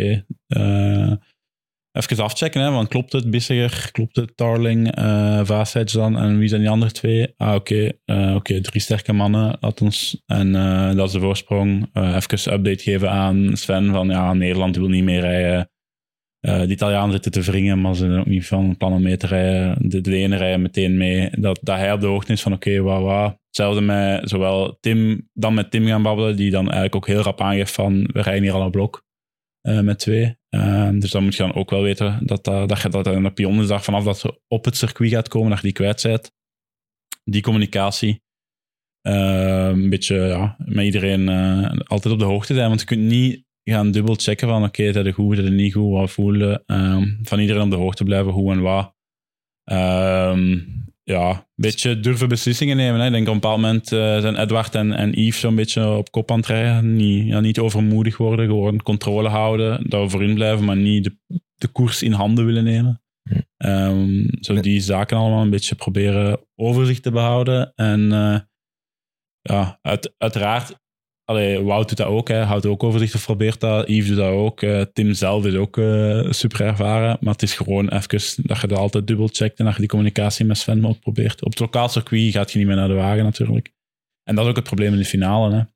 even afchecken, hè, want klopt het? Bissiger, klopt het? Tarling, Vasage dan, en wie zijn die andere 2? Oké, 3 sterke mannen, laat ons. En dat is de voorsprong. Even update geven aan Sven van, Nederland wil niet meer rijden. De Italianen zitten te wringen, maar ze zijn ook niet van plan om mee te rijden. De ene rijden meteen mee. Dat hij op de hoogte is van Hetzelfde met zowel Tim, dan met Tim gaan babbelen, die dan eigenlijk ook heel rap aangeeft van, we rijden hier al een blok. met 2. Dus dan moet je dan ook wel weten dat je dat een pion is, dat vanaf dat ze op het circuit gaat komen, dat je die kwijt bent. Die communicatie. Een beetje met iedereen altijd op de hoogte zijn, want je kunt niet gaan dubbel checken van oké, dat is goed, dat is niet goed, wat voelen. Van iedereen op de hoogte blijven, hoe en wat. Een beetje durven beslissingen nemen. Hè. Ik denk op een bepaald moment zijn Edward en Yves zo'n beetje op kop aan het rijden. Niet overmoedig worden, gewoon controle houden, daar voorin blijven, maar niet de koers in handen willen nemen. Zo die zaken allemaal een beetje proberen overzicht te behouden. En uiteraard, Wout doet dat ook, houdt ook overzicht of probeert dat. Yves doet dat ook. Tim zelf is ook super ervaren. Maar het is gewoon even dat je dat altijd dubbel checkt en dat je die communicatie met Sven ook probeert. Op het lokaal circuit gaat je niet meer naar de wagen natuurlijk. En dat is ook het probleem in de finale. Hè.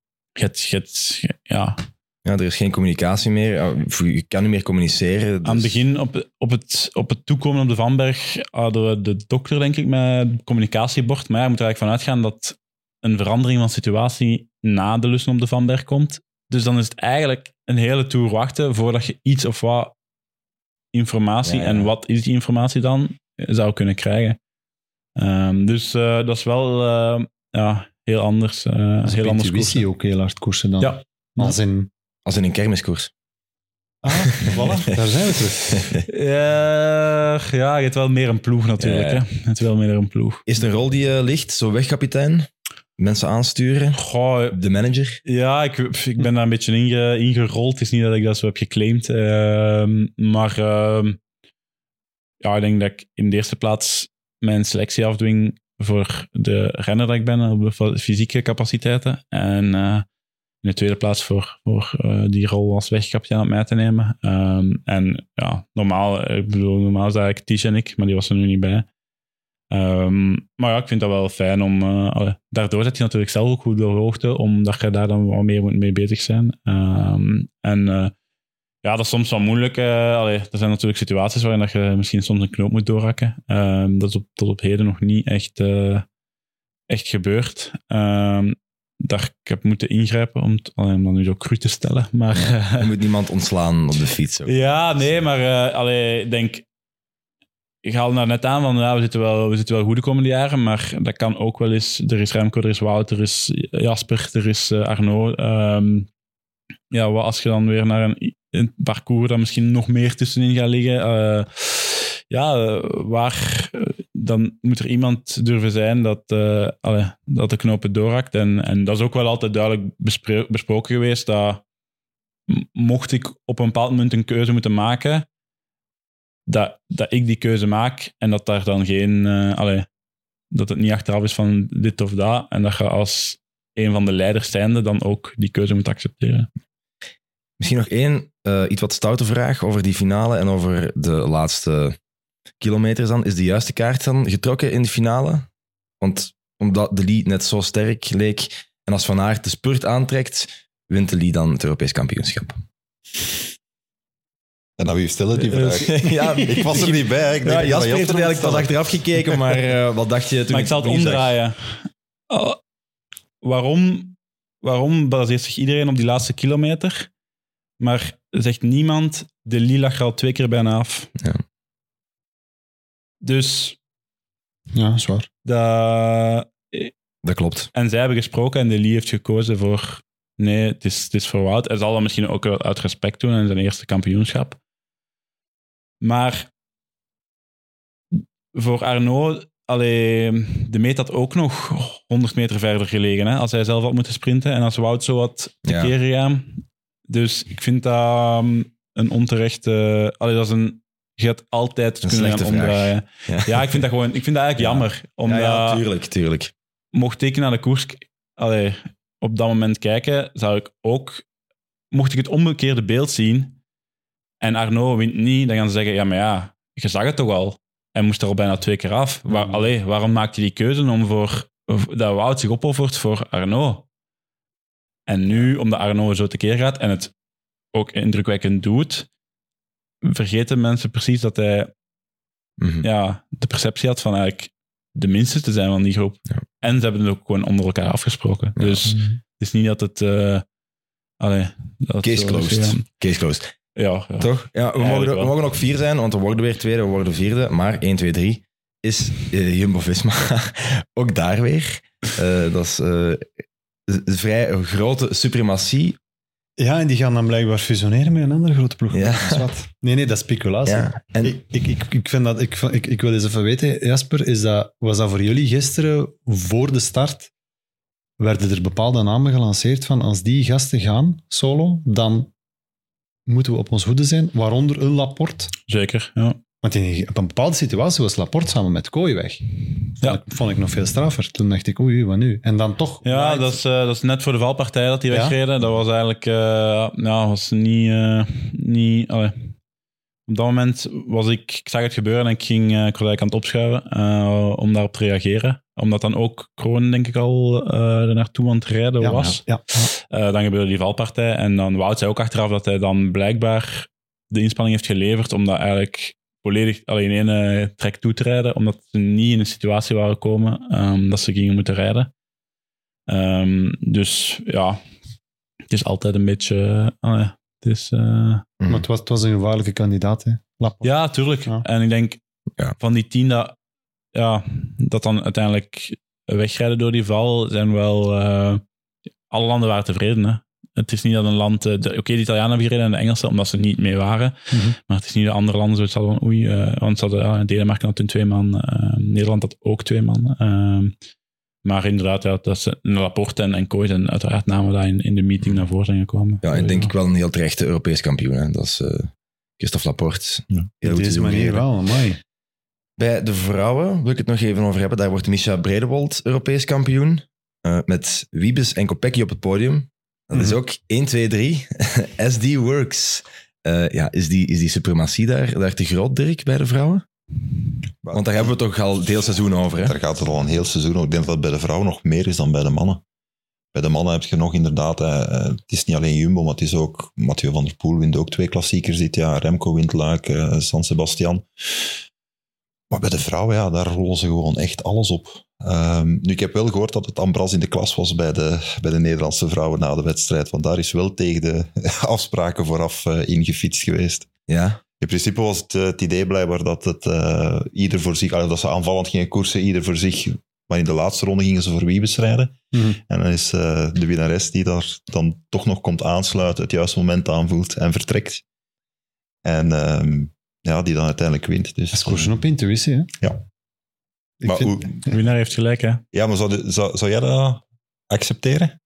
Ja, er is geen communicatie meer. Je kan niet meer communiceren. Dus... Aan het begin, op het toekomen op de Vanberg, hadden we de dokter, denk ik, met het communicatiebord. Maar je moet er eigenlijk van uitgaan dat een verandering van situatie na de lussen op de Vanberg komt. Dus dan is het eigenlijk een hele tour wachten voordat je iets of wat informatie, en wat is die informatie dan, zou kunnen krijgen. Dus dat is wel heel anders. Heel anders Intuïtie ook heel hard koersen dan. Ja. Als in een kermiskoers. Voilà, daar zijn we terug. Je hebt wel meer een ploeg natuurlijk. Hè? Je hebt wel meer een ploeg. Is het een rol die ligt, zo wegkapitein? Mensen aansturen? De manager? Ja, ik ben daar een beetje ingerold. Het is niet dat ik dat zo heb geclaimd. Maar ik denk dat ik in de eerste plaats mijn selectie afdwing voor de renner dat ik ben, op de fysieke capaciteiten. En in de tweede plaats voor die rol als wegkapitein op mij te nemen. Normaal is dat eigenlijk Tish en ik, maar die was er nu niet bij. Maar ik vind dat wel fijn om... daardoor zet je natuurlijk zelf ook goed op de hoogte, omdat je daar dan wat meer mee bezig zijn. Dat is soms wel moeilijk. Er zijn natuurlijk situaties waarin dat je misschien soms een knoop moet doorhakken. Dat is tot op heden nog niet echt gebeurd. Dat ik heb moeten ingrijpen om dan nu zo cru te stellen. Maar, je moet niemand ontslaan op de fiets. Ook. Ja, nee, maar ik denk... Ik haal daar net aan van, we zitten wel goed de komende jaren, maar dat kan ook wel eens... Er is Remco, er is Wout, er is Jasper, er is Arnaud. Als je dan weer naar een parcours dat misschien nog meer tussenin gaat liggen... dan moet er iemand durven zijn dat de knopen doorhakt. En dat is ook wel altijd duidelijk besproken geweest, dat mocht ik op een bepaald moment een keuze moeten maken... Dat ik die keuze maak en dat daar dan geen... dat het niet achteraf is van dit of dat. En dat je als een van de leiders zijnde dan ook die keuze moet accepteren. Misschien nog één iets wat stoute vraag over die finale en over de laatste kilometers dan. Is de juiste kaart dan getrokken in de finale? Want omdat de Lee net zo sterk leek en als Van Aert de spurt aantrekt, wint de Lee dan het Europees kampioenschap. En dan wie stellen die vraag? Ik was er niet bij. Jasper heeft er eigenlijk pas achteraf gekeken, maar wat dacht je toen? Maar ik zal het omdraaien. Waarom baseert zich iedereen op die laatste kilometer? Maar zegt niemand, de Lee lag er al 2 keer bijna af. Ja. Dus... Ja, zwaar. Dat klopt. En zij hebben gesproken en de Lee heeft gekozen voor... Nee, het is voor Wout. Hij zal dat misschien ook uit respect doen in zijn eerste kampioenschap. Maar voor Arnaud, de meet had ook nog 100 meter verder gelegen. Hè, als hij zelf had moeten sprinten en als Wout zo had tekeer gegaan. Dus ik vind dat een onterechte... je gaat altijd kunnen gaan omdraaien. Ja, ik vind dat eigenlijk jammer. Tuurlijk. Mocht ik naar de koers... op dat moment kijken, zou ik ook... Mocht ik het omgekeerde beeld zien en Arnaud wint niet, dan gaan ze zeggen, je zag het toch al. Hij moest er al bijna 2 keer af. Waarom maakt hij die keuze om dat Wout zich opoffert voor Arnaud? En nu, omdat Arnaud zo tekeer gaat en het ook indrukwekkend doet, vergeten mensen precies dat hij de perceptie had van eigenlijk de minste te zijn van die groep. Ja. En ze hebben het ook gewoon onder elkaar afgesproken. Ja. Dus het is niet dat het... Allee, dat Case zo closed. zeggen. Case closed. Ja. Toch? Ja, we Eigenlijk wel. mogen ook 4 zijn, want we worden weer tweede, we worden vierde. Maar 1, 2, 3 is Jumbo-Visma. Ook daar weer. Dat is een vrij grote suprematie. Ja, en die gaan dan blijkbaar fusioneren met een andere grote ploeg. Ja. Dat is wat. Nee, dat is speculatie. Ja, en Ik wil eens even weten, Jasper, was dat voor jullie gisteren, voor de start, werden er bepaalde namen gelanceerd van als die gasten gaan, solo, dan moeten we op ons hoede zijn, waaronder een Laporte. Zeker, ja. Want op een bepaalde situatie was Laporte samen met Kooi weg. Ja. Vond ik nog veel straffer. Toen dacht ik, oei, wat nu? En dan toch... Ja, dat is net voor de valpartij dat die Ja? wegreden. Dat was eigenlijk was niet allee. Op dat moment was ik zag het gebeuren en ik was eigenlijk aan het opschuiven om daarop te reageren. Omdat dan ook Kroon, denk ik al, er naartoe aan het rijden was. Ja. Dan gebeurde die valpartij en dan Wout zei ook achteraf dat hij dan blijkbaar de inspanning heeft geleverd om dat eigenlijk volledig alleen in één trek toe te rijden, omdat ze niet in een situatie waren gekomen dat ze gingen moeten rijden. Dus ja, het is altijd een beetje... Maar het was een gevaarlijke kandidaat, hè? Laporte. Ja, tuurlijk. Ja. En ik denk van die 10 dat dan uiteindelijk wegrijden door die val, zijn wel... alle landen waren tevreden, hè. Het is niet dat een land... Oké, de Italianen hebben gereden en de Engelsen, omdat ze niet mee waren. Mhm. Maar het is niet de andere landen zoiets hadden van oei. Want ze hadden, Denemarken had toen 2 man. Nederland had ook 2 man. Maar inderdaad, dat ze Laporte en Kooi zijn uiteraard namen daar in de meeting naar voren zijn gekomen. ja, en denk ik wel een heel terechte Europees kampioen. Hè. Dat is Christophe Laporte. Ja. Heel Op goed te deze doen manier gegeven. wel, amai. Bij de vrouwen wil ik het nog even over hebben. Daar wordt Mischa Bredewold Europees kampioen. Met Wiebes en Kopecky op het podium. Dat is ook 1, 2, 3. SD Works. Is die suprematie daar te groot, Dirk, bij de vrouwen? Want daar hebben we toch al het hele seizoen over. Hè? Daar gaat het al een heel seizoen over. Ik denk dat het bij de vrouwen nog meer is dan bij de mannen. Bij de mannen heb je nog inderdaad... het is niet alleen Jumbo, maar het is ook... Mathieu van der Poel wint ook 2 klassiekers dit jaar. Remco wint Luik, San Sebastian. Maar bij de vrouwen, daar rollen ze gewoon echt alles op. Nu, ik heb wel gehoord dat het ambras in de klas was bij de Nederlandse vrouwen na de wedstrijd. Want daar is wel tegen de afspraken vooraf ingefietst geweest. Ja. In principe was het idee blijkbaar dat het ieder voor zich... dat ze aanvallend gingen koersen, ieder voor zich. Maar in de laatste ronde gingen ze voor Wiebes rijden. Mhm. En dan is de winnares die daar dan toch nog komt aansluiten, het juiste moment aanvoelt en vertrekt. En die dan uiteindelijk wint. Dus, Dat is koersen op intuïtie, hè? Ja. Ik Maar vind- De winnaar heeft gelijk, hè. Ja, maar zou jij dat accepteren?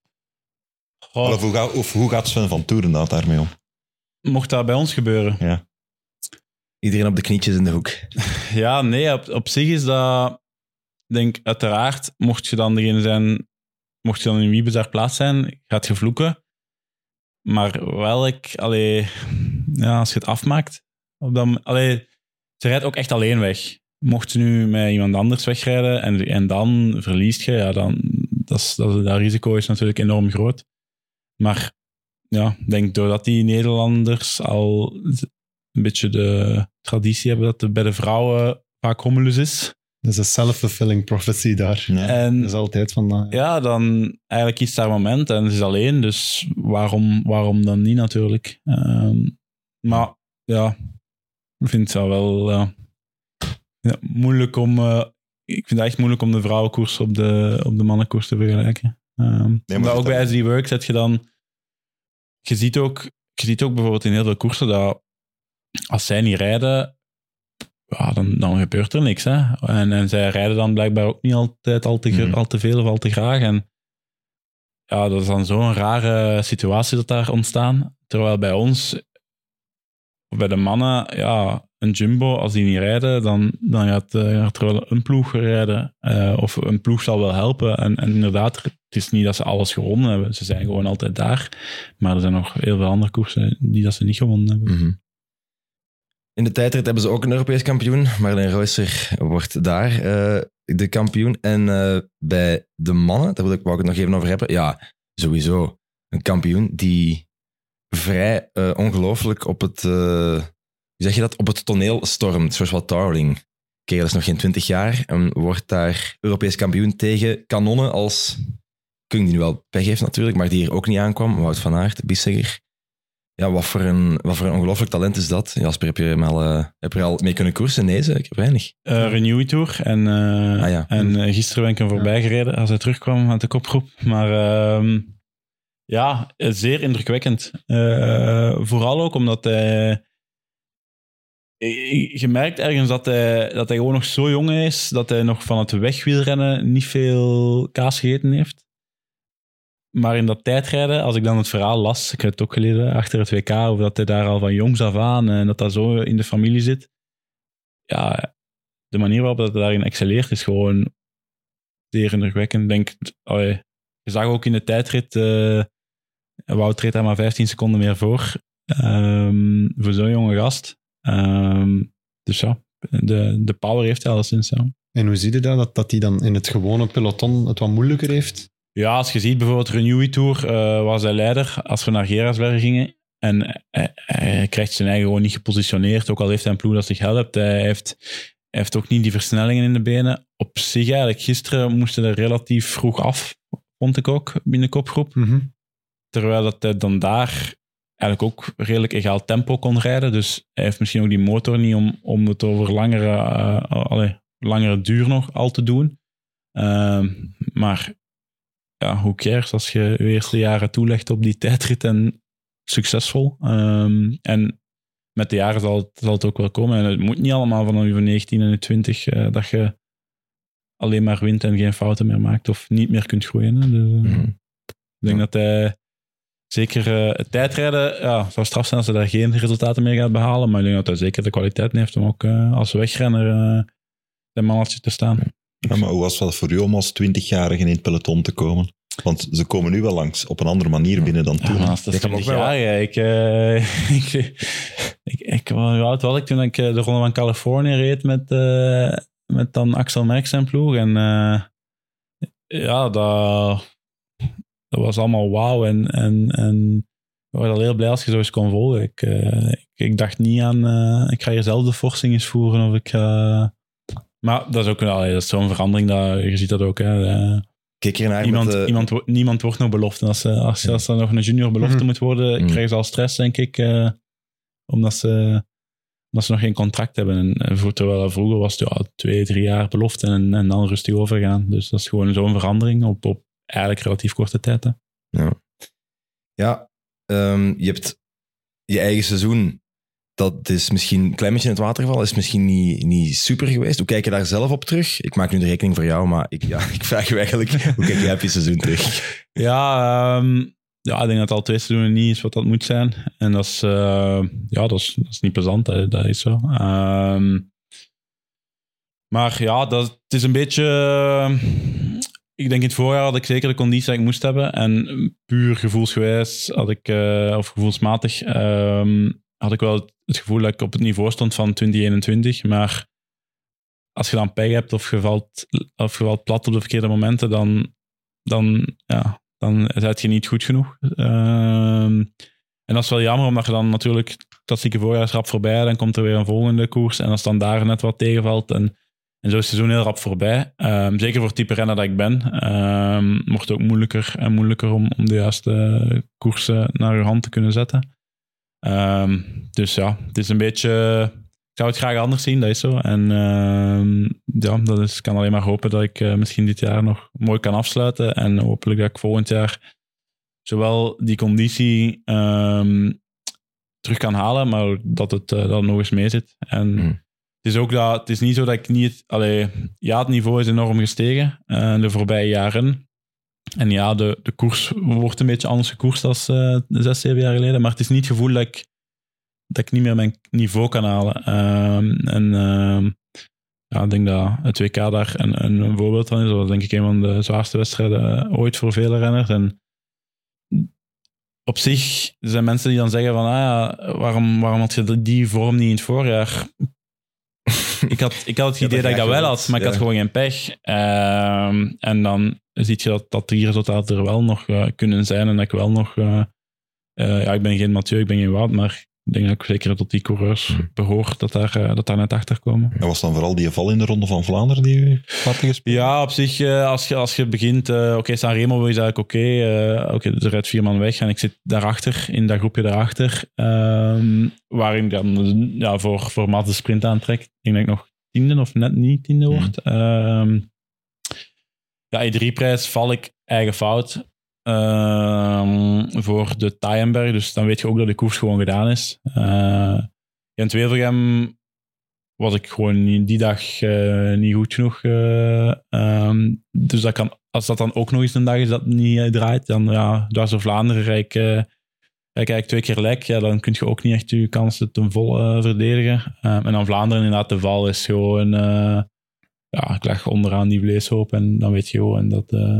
Oh, Of hoe gaat Sven van Toeren daarmee om? mocht dat bij ons gebeuren? Ja. Iedereen op de knietjes in de hoek. Ja, nee, op zich is dat... Ik denk, uiteraard, mocht je dan in Wiebes daar plaats zijn, gaat je vloeken. Maar wel, als je het afmaakt... ze rijdt ook echt alleen weg. Mocht je nu met iemand anders wegrijden en dan verliest je, ja, dan... Dat risico is natuurlijk enorm groot. Maar ja, ik denk doordat die Nederlanders al een beetje de traditie hebben dat het bij de vrouwen vaak hommelus is. Dat is een self-fulfilling prophecy daar. Ja. En Dat is altijd van... ja, dan eigenlijk is daar een moment en ze is alleen, dus waarom dan niet natuurlijk? Maar ja, ik vind het wel moeilijk om... ik vind het echt moeilijk om de vrouwenkoers op de mannenkoers te vergelijken. Maar ook bij SD Works heb je dan... Je ziet ook bijvoorbeeld in heel veel koersen dat als zij niet rijden, ja, dan gebeurt er niks. Hè? En zij rijden dan blijkbaar ook niet altijd al te veel of al te graag. En ja, dat is dan zo'n rare situatie dat daar ontstaan. Terwijl bij ons, of bij de mannen, ja, een Jumbo, als die niet rijden, dan gaat er wel een ploeg rijden. Of een ploeg zal wel helpen. En inderdaad, het is niet dat ze alles gewonnen hebben. Ze zijn gewoon altijd daar. Maar er zijn nog heel veel andere koersen die dat ze niet gewonnen hebben. Mhm. In de tijdrit hebben ze ook een Europees kampioen. Marlene Reusser wordt daar de kampioen. En bij de mannen, daar wou ik het nog even over hebben. Ja, sowieso. Een kampioen die vrij ongelooflijk op het... hoe zeg je dat? Op het toneel stormt. Joshua Tarling. Kerel is nog geen 20 jaar en wordt daar Europees kampioen tegen kanonnen als Kung die nu wel pech heeft natuurlijk, maar die hier ook niet aankwam. Wout van Aert, Bissegger. Ja, wat voor een ongelooflijk talent is dat? Jasper, heb je er al mee kunnen koersen? Nee, zeker weinig. Renewy Tour. En gisteren ben ik hem voorbij gereden als hij terugkwam uit de kopgroep. Maar zeer indrukwekkend. Vooral ook omdat hij... Je merkt ergens dat hij gewoon nog zo jong is, dat hij nog van het wegwielrennen niet veel kaas gegeten heeft. Maar in dat tijdrijden, als ik dan het verhaal las, ik heb het ook gelezen achter het WK, of dat hij daar al van jongs af aan en dat zo in de familie zit. Ja, de manier waarop hij daarin excelleert is gewoon zeer indrukwekkend. Je zag ook in de tijdrit, Wout reed daar maar 15 seconden meer voor zo'n jonge gast. Dus ja, de power heeft hij alleszins. Ja. En hoe zie je dat hij dan in het gewone peloton het wat moeilijker heeft? Ja, als je ziet bijvoorbeeld Renewy Tour was hij leider als we naar Gerardsberg gingen. En hij krijgt zijn eigen gewoon niet gepositioneerd, ook al heeft hij een ploeg dat zich helpt. Hij heeft ook niet die versnellingen in de benen. Op zich eigenlijk, gisteren moesten er relatief vroeg af, vond ik ook, binnen de kopgroep. Mm-hmm. Terwijl dat hij dan daar eigenlijk ook redelijk egaal tempo kon rijden. Dus hij heeft misschien ook die motor niet om het over langere duur nog al te doen. Maar ja, who cares als je je eerste jaren toelegt op die tijdrit en succesvol. En met de jaren zal het ook wel komen. En het moet niet allemaal vanaf je 19 en je 20 dat je alleen maar wint en geen fouten meer maakt of niet meer kunt groeien. Hè. Dus, ik denk dat hij zeker het tijdrijden zou straf zijn als hij daar geen resultaten mee gaat behalen. Maar ik denk dat hij zeker de kwaliteit heeft om ook als wegrenner zijn mannetje te staan. Ja, maar hoe was het voor jou om als 20-jarige in het peloton te komen? Want ze komen nu wel langs op een andere manier binnen dan toen. Ja, dat is 20 jaar. Hoe oud was ik toen ik de Ronde van Californië reed met dan Axel Merckx zijn ploeg. En dat was allemaal wauw. En ik was al heel blij als je zo eens kon volgen. Ik dacht niet aan ik ga hier zelf de forsing eens voeren of ik ga... Maar dat is ook dat is zo'n verandering, je ziet dat ook. Hè. Kijk ernaar niemand wordt nog belofte. Als er nog een junior belofte moet worden, krijgen ze al stress, denk ik. Omdat ze nog geen contract hebben. Terwijl vroeger was het 2-3 jaar belofte en dan rustig overgaan. Dus dat is gewoon zo'n verandering op eigenlijk relatief korte tijd. Hè. Ja, je hebt je eigen seizoen. Dat is misschien een klein beetje in het water gevallen. Is misschien niet super geweest. Hoe kijk je daar zelf op terug? Ik maak nu de rekening voor jou, maar ik vraag je eigenlijk... Hoe kijk jij op je seizoen terug? Ja, ik denk dat al 2 seizoenen niet is wat dat moet zijn. En dat is niet plezant. Dat is zo. Maar ja, het is een beetje... Ik denk in het voorjaar had ik zeker de conditie dat ik moest hebben. En puur gevoelsgewijs of gevoelsmatig... had ik wel het gevoel dat ik op het niveau stond van 2021. Maar als je dan pech hebt of je valt plat op de verkeerde momenten, dan zit je niet goed genoeg. En dat is wel jammer, omdat je dan natuurlijk dat zieke voorjaar is rap voorbij. Dan komt er weer een volgende koers. En als dan daar net wat tegenvalt. En zo is het seizoen heel rap voorbij. Zeker voor het type renner dat ik ben. Wordt het ook moeilijker en moeilijker om de juiste koersen naar je hand te kunnen zetten. Dus ja, het is een beetje... Ik zou het graag anders zien, dat is zo. En ik kan alleen maar hopen dat ik misschien dit jaar nog mooi kan afsluiten. En hopelijk dat ik volgend jaar zowel die conditie terug kan halen, maar dat het nog eens mee zit. En het is ook dat... Het is niet zo dat ik niet... het niveau is enorm gestegen de voorbije jaren. En ja, de koers wordt een beetje anders gekoerst dan 6-7 jaar geleden. Maar het is niet het gevoel dat ik niet meer mijn niveau kan halen. Ik denk dat het WK daar een voorbeeld van is. Dat was denk ik een van de zwaarste wedstrijden ooit voor vele renners. En op zich zijn mensen die dan zeggen van waarom had je die vorm niet in het voorjaar? Ik had het idee dat ik dat wel had, maar ik had gewoon geen pech. En dan zie je dat die resultaten er wel nog kunnen zijn en dat ik wel nog... ik ben geen Mathieu, ik ben geen Wout, maar ik denk dat ik zeker tot die coureurs behoor dat daar net achter komen. En was dan vooral die val in de Ronde van Vlaanderen die u had gespeeld? Ja, op zich, als je begint... Sanremo is eigenlijk oké, er rijdt 4 man weg en ik zit daarachter, in dat groepje daarachter, waarin ik dan voor Mats de sprint aantrek. Ik denk dat ik nog 10e of net niet 10e word. E3-prijs val ik eigen fout voor de Taaienberg, dus dan weet je ook dat de koers gewoon gedaan is. In Wevelgem was ik gewoon die dag niet goed genoeg. Dus als dat dan ook nog eens een dag is dat niet draait, dan dwars door Vlaanderen rijd ik eigenlijk 2 keer lek. Ja, dan kun je ook niet echt je kansen ten volle verdedigen. En dan Vlaanderen inderdaad, de val is gewoon... ik lag onderaan die vleeshoop en dan weet je gewoon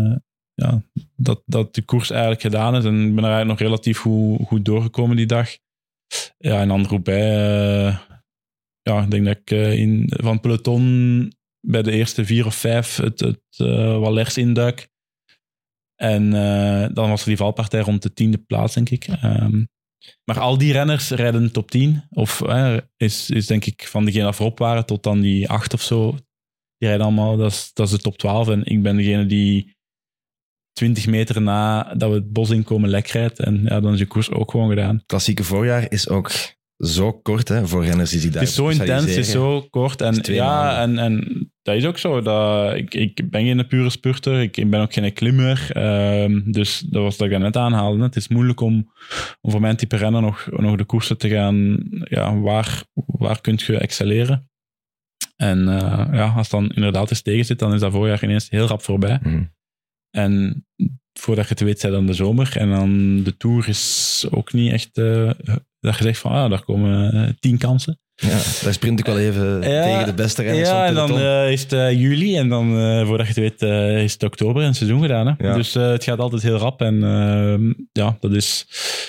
dat de koers eigenlijk gedaan is. En ik ben er eigenlijk nog relatief goed doorgekomen die dag. Ja, en dan Roubaix... ik denk dat ik van het peloton bij de eerste 4 of 5 het Wallers induik. En dan was er die valpartij rond de 10e plaats, denk ik. Maar al die renners rijden top 10. Of is denk ik van degene dat voorop waren tot dan die 8 of zo. Die rijden allemaal, dat is de top 12. En ik ben degene die 20 meter na dat we het bos inkomen lek rijdt. En dan is je koers ook gewoon gedaan. Het klassieke voorjaar is ook zo kort voor renners die zich daar Het is zo intens, het is zo kort. En en dat is ook zo. Ik ben geen pure spurter, ik ben ook geen klimmer. Dus dat was dat ik net aanhaalde. Het is moeilijk om voor mijn type renner nog de koersen te gaan... Ja, waar kun je excelleren? En als het dan inderdaad eens tegen zit, dan is dat voorjaar ineens heel rap voorbij. En voordat je het weet, zijn dan de zomer. En dan de Tour is ook niet echt... dat je zegt van, daar komen 10 kansen. Ja, daar sprint ik wel even tegen de beste renners van het peloton. En dan is het juli en dan, voordat je het weet, is het oktober en het seizoen gedaan. Hè? Ja. Dus het gaat altijd heel rap. En dat is...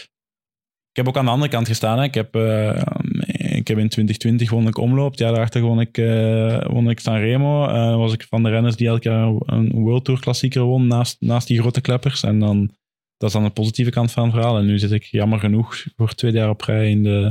Ik heb ook aan de andere kant gestaan. Hè. Ik heb in 2020 won ik omloop. Het jaar daarachter won ik Sanremo. Was ik van de renners die elk jaar een World Tour klassieker won naast die grote kleppers. En dan, dat is dan de positieve kant van het verhaal. En nu zit ik jammer genoeg voor 2 jaar op rij in de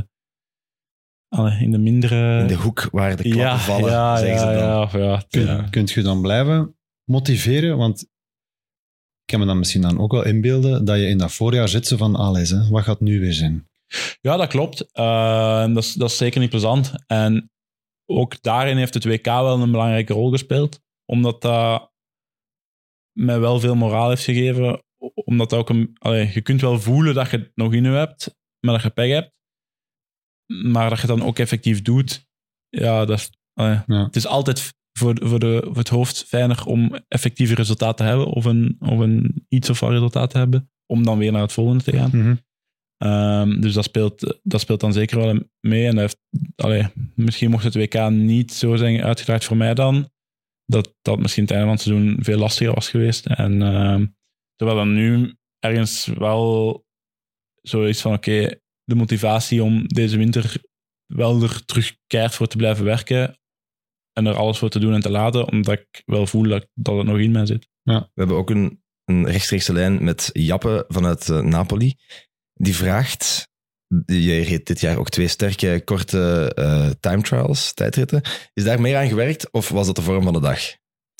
mindere... In de hoek waar de klappen vallen, zeggen ze dan. Kunt je dan blijven motiveren? Want ik kan me dan misschien dan ook wel inbeelden dat je in dat voorjaar zit van alles, hè? Wat gaat nu weer zijn? Ja, dat klopt. Dat is zeker niet plezant. En ook daarin heeft het WK wel een belangrijke rol gespeeld. Omdat dat mij wel veel moraal heeft gegeven. Omdat dat ook je kunt wel voelen dat je het nog in je hebt, maar dat je pech hebt. Maar dat je het dan ook effectief doet. Ja, het is altijd voor het hoofd fijner om effectieve resultaten te hebben of een iets of wat resultaat te hebben, om dan weer naar het volgende te gaan. Mm-hmm. Dus dat speelt dan zeker wel mee. En dat heeft, misschien mocht het WK niet zo zijn uitgedraaid voor mij dan, dat misschien het einde van het seizoen veel lastiger was geweest. En terwijl dan nu ergens wel zo is van de motivatie om deze winter wel er terug keihard voor te blijven werken en er alles voor te doen en te laten, omdat ik wel voel dat het nog in mij zit. Ja. We hebben ook een rechtstreekse lijn met Jappe vanuit Napoli. Die vraagt, je reed dit jaar ook 2 sterke, korte time trials, tijdritten. Is daar meer aan gewerkt of was dat de vorm van de dag?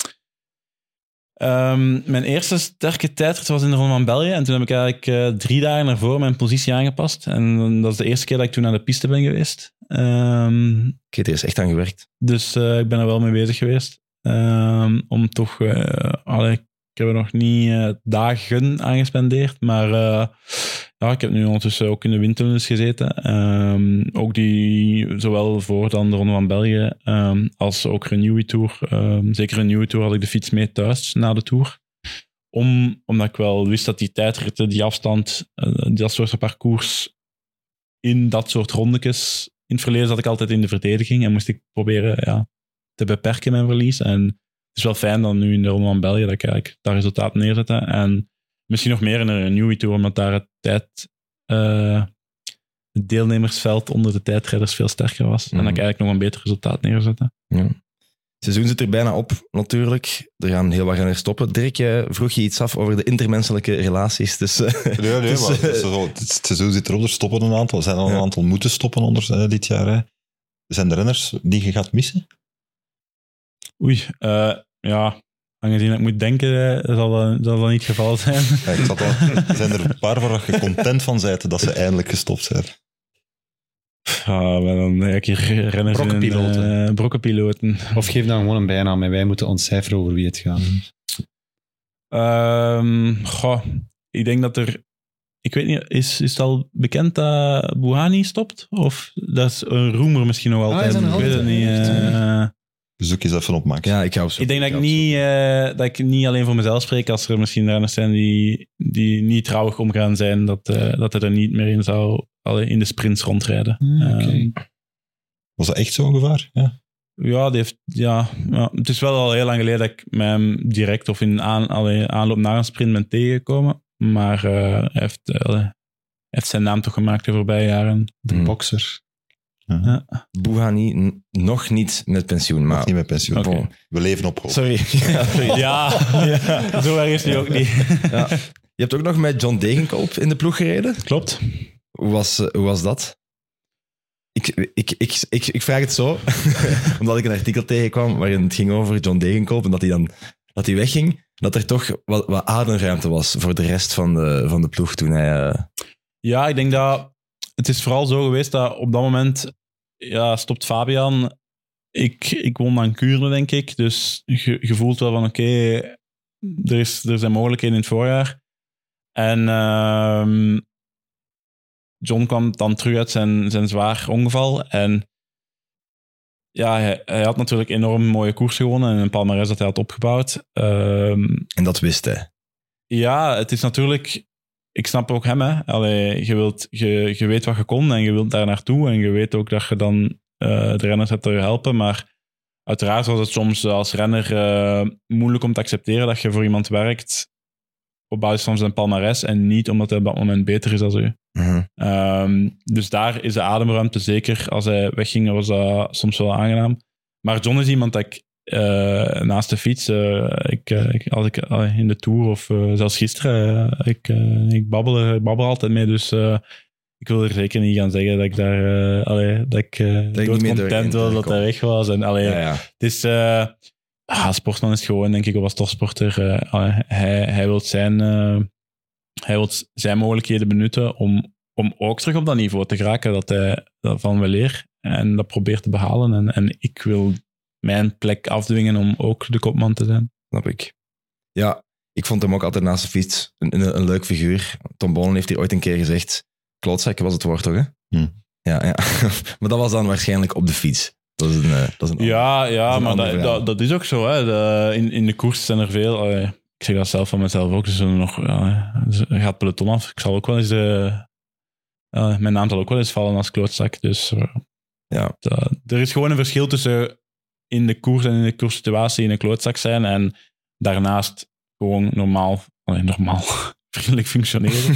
Mijn eerste sterke tijdrit was in de Ronde van België. En toen heb ik eigenlijk 3 dagen ervoor mijn positie aangepast. En dat is de eerste keer dat ik toen naar de piste ben geweest. Oké, er is echt aan gewerkt. Dus ik ben er wel mee bezig geweest. Om toch... ik heb er nog niet dagen aan gespendeerd. Maar ik heb nu ondertussen ook in de windtunnels gezeten. Ook die, zowel voor dan de Ronde van België als ook Renewy Tour. Zeker Renewy Tour had ik de fiets mee thuis na de Tour. Omdat ik wel wist dat die tijdritten, die afstand, dat soort parcours in dat soort rondetjes... In het verleden zat ik altijd in de verdediging en moest ik proberen te beperken mijn verlies. En het is wel fijn dan nu in de Ronde van België dat ik eigenlijk dat resultaat neerzet. En misschien nog meer in een Renewy Tour, omdat daar het deelnemersveld onder de tijdrijders veel sterker was. En dat ik eigenlijk nog een beter resultaat neerzette. Ja. seizoen zit er bijna op, natuurlijk. Er gaan heel wat renners stoppen. Dirk, vroeg je iets af over de intermenselijke relaties tussen... Nee, maar het seizoen zit erop, er stoppen een aantal. Er zijn al een aantal moeten stoppen onder dit jaar. Hè. Zijn er renners die je gaat missen? Oei, aangezien ik moet denken, zal dat niet het geval zijn. Ja, zijn er een paar waar je content van bent dat ze eindelijk gestopt zijn? Maar dan heb ik hier renners Brokkenpiloten. Brokkenpiloten. Of geef dan gewoon een bijnaam en wij moeten ontcijferen over wie het gaat. Ik denk dat er... Ik weet niet, is het al bekend dat Bouhanni stopt? Of dat is een rumor misschien nog altijd? Is dat nog ik weet het niet. Zoek eens even op, Max. Ja, ik hou zo. Ik denk dat ik niet alleen voor mezelf spreek als er misschien renners zijn die niet trouwig om gaan zijn, dat hij er niet meer in zou in de sprints rondrijden. Okay. Was dat echt zo'n gevaar? Ja. Het is wel al heel lang geleden dat ik met hem direct of in aanloop naar een sprint ben tegengekomen. Maar hij heeft zijn naam toch gemaakt de voorbije jaren. De bokser. Uh-huh. Ja. Bouhanni nog niet met pensioen. Maar... Nog niet met pensioen. Okay. We leven op hoop. Sorry. Ja, zo erg is hij ook niet. Ja. Je hebt ook nog met John Degenkolb in de ploeg gereden. Klopt. Hoe was dat? Ik vraag het zo, omdat ik een artikel tegenkwam waarin het ging over John Degenkolb en dat hij wegging, dat er toch wat ademruimte was voor de rest van de ploeg toen hij... Ja, ik denk dat het is vooral zo geweest dat op dat moment stopt Fabian. Ik woon aan Kuurne, denk ik, dus je voelt wel van oké, er zijn mogelijkheden in het voorjaar. En John kwam dan terug uit zijn zwaar ongeval. En ja, hij had natuurlijk enorm mooie koers gewonnen en een palmarès dat hij had opgebouwd. En dat wist hij. Ja, het is natuurlijk... Ik snap ook hem, hè. Allee, je weet wat je kon en je wilt daar naartoe. En je weet ook dat je dan de renners hebt te helpen. Maar uiteraard was het soms als renner moeilijk om te accepteren dat je voor iemand werkt op basis van zijn palmarès en niet omdat hij op dat moment beter is dan u. Uh-huh. Dus daar is de ademruimte zeker. Als hij wegging, was dat soms wel aangenaam. Maar John is iemand dat ik naast de fiets, als ik in de Tour of zelfs gisteren, ik babbel altijd mee. Dus ik wil er zeker niet gaan zeggen dat ik daar doodcontent was dat hij weg was. En, het is... als sportman is het gewoon, denk ik, of als topsporter, hij wil zijn mogelijkheden benutten om ook terug op dat niveau te geraken dat hij van wil leren en dat probeert te behalen. En ik wil mijn plek afdwingen om ook de kopman te zijn. Snap ik. Ja, ik vond hem ook altijd naast de fiets een leuk figuur. Tom Bonen heeft hier ooit een keer gezegd, klootzak was het woord toch, hè? Ja. Maar dat was dan waarschijnlijk op de fiets. Dat is een maar dat is ook zo. Hè. In de koers zijn er veel... ik zeg dat zelf van mezelf ook. Er gaat peloton af. Ik zal ook wel eens... mijn naam zal ook wel eens vallen als klootzak. Dus er is gewoon een verschil tussen in de koers en in de koerssituatie in een klootzak zijn en daarnaast gewoon normaal vriendelijk functioneren.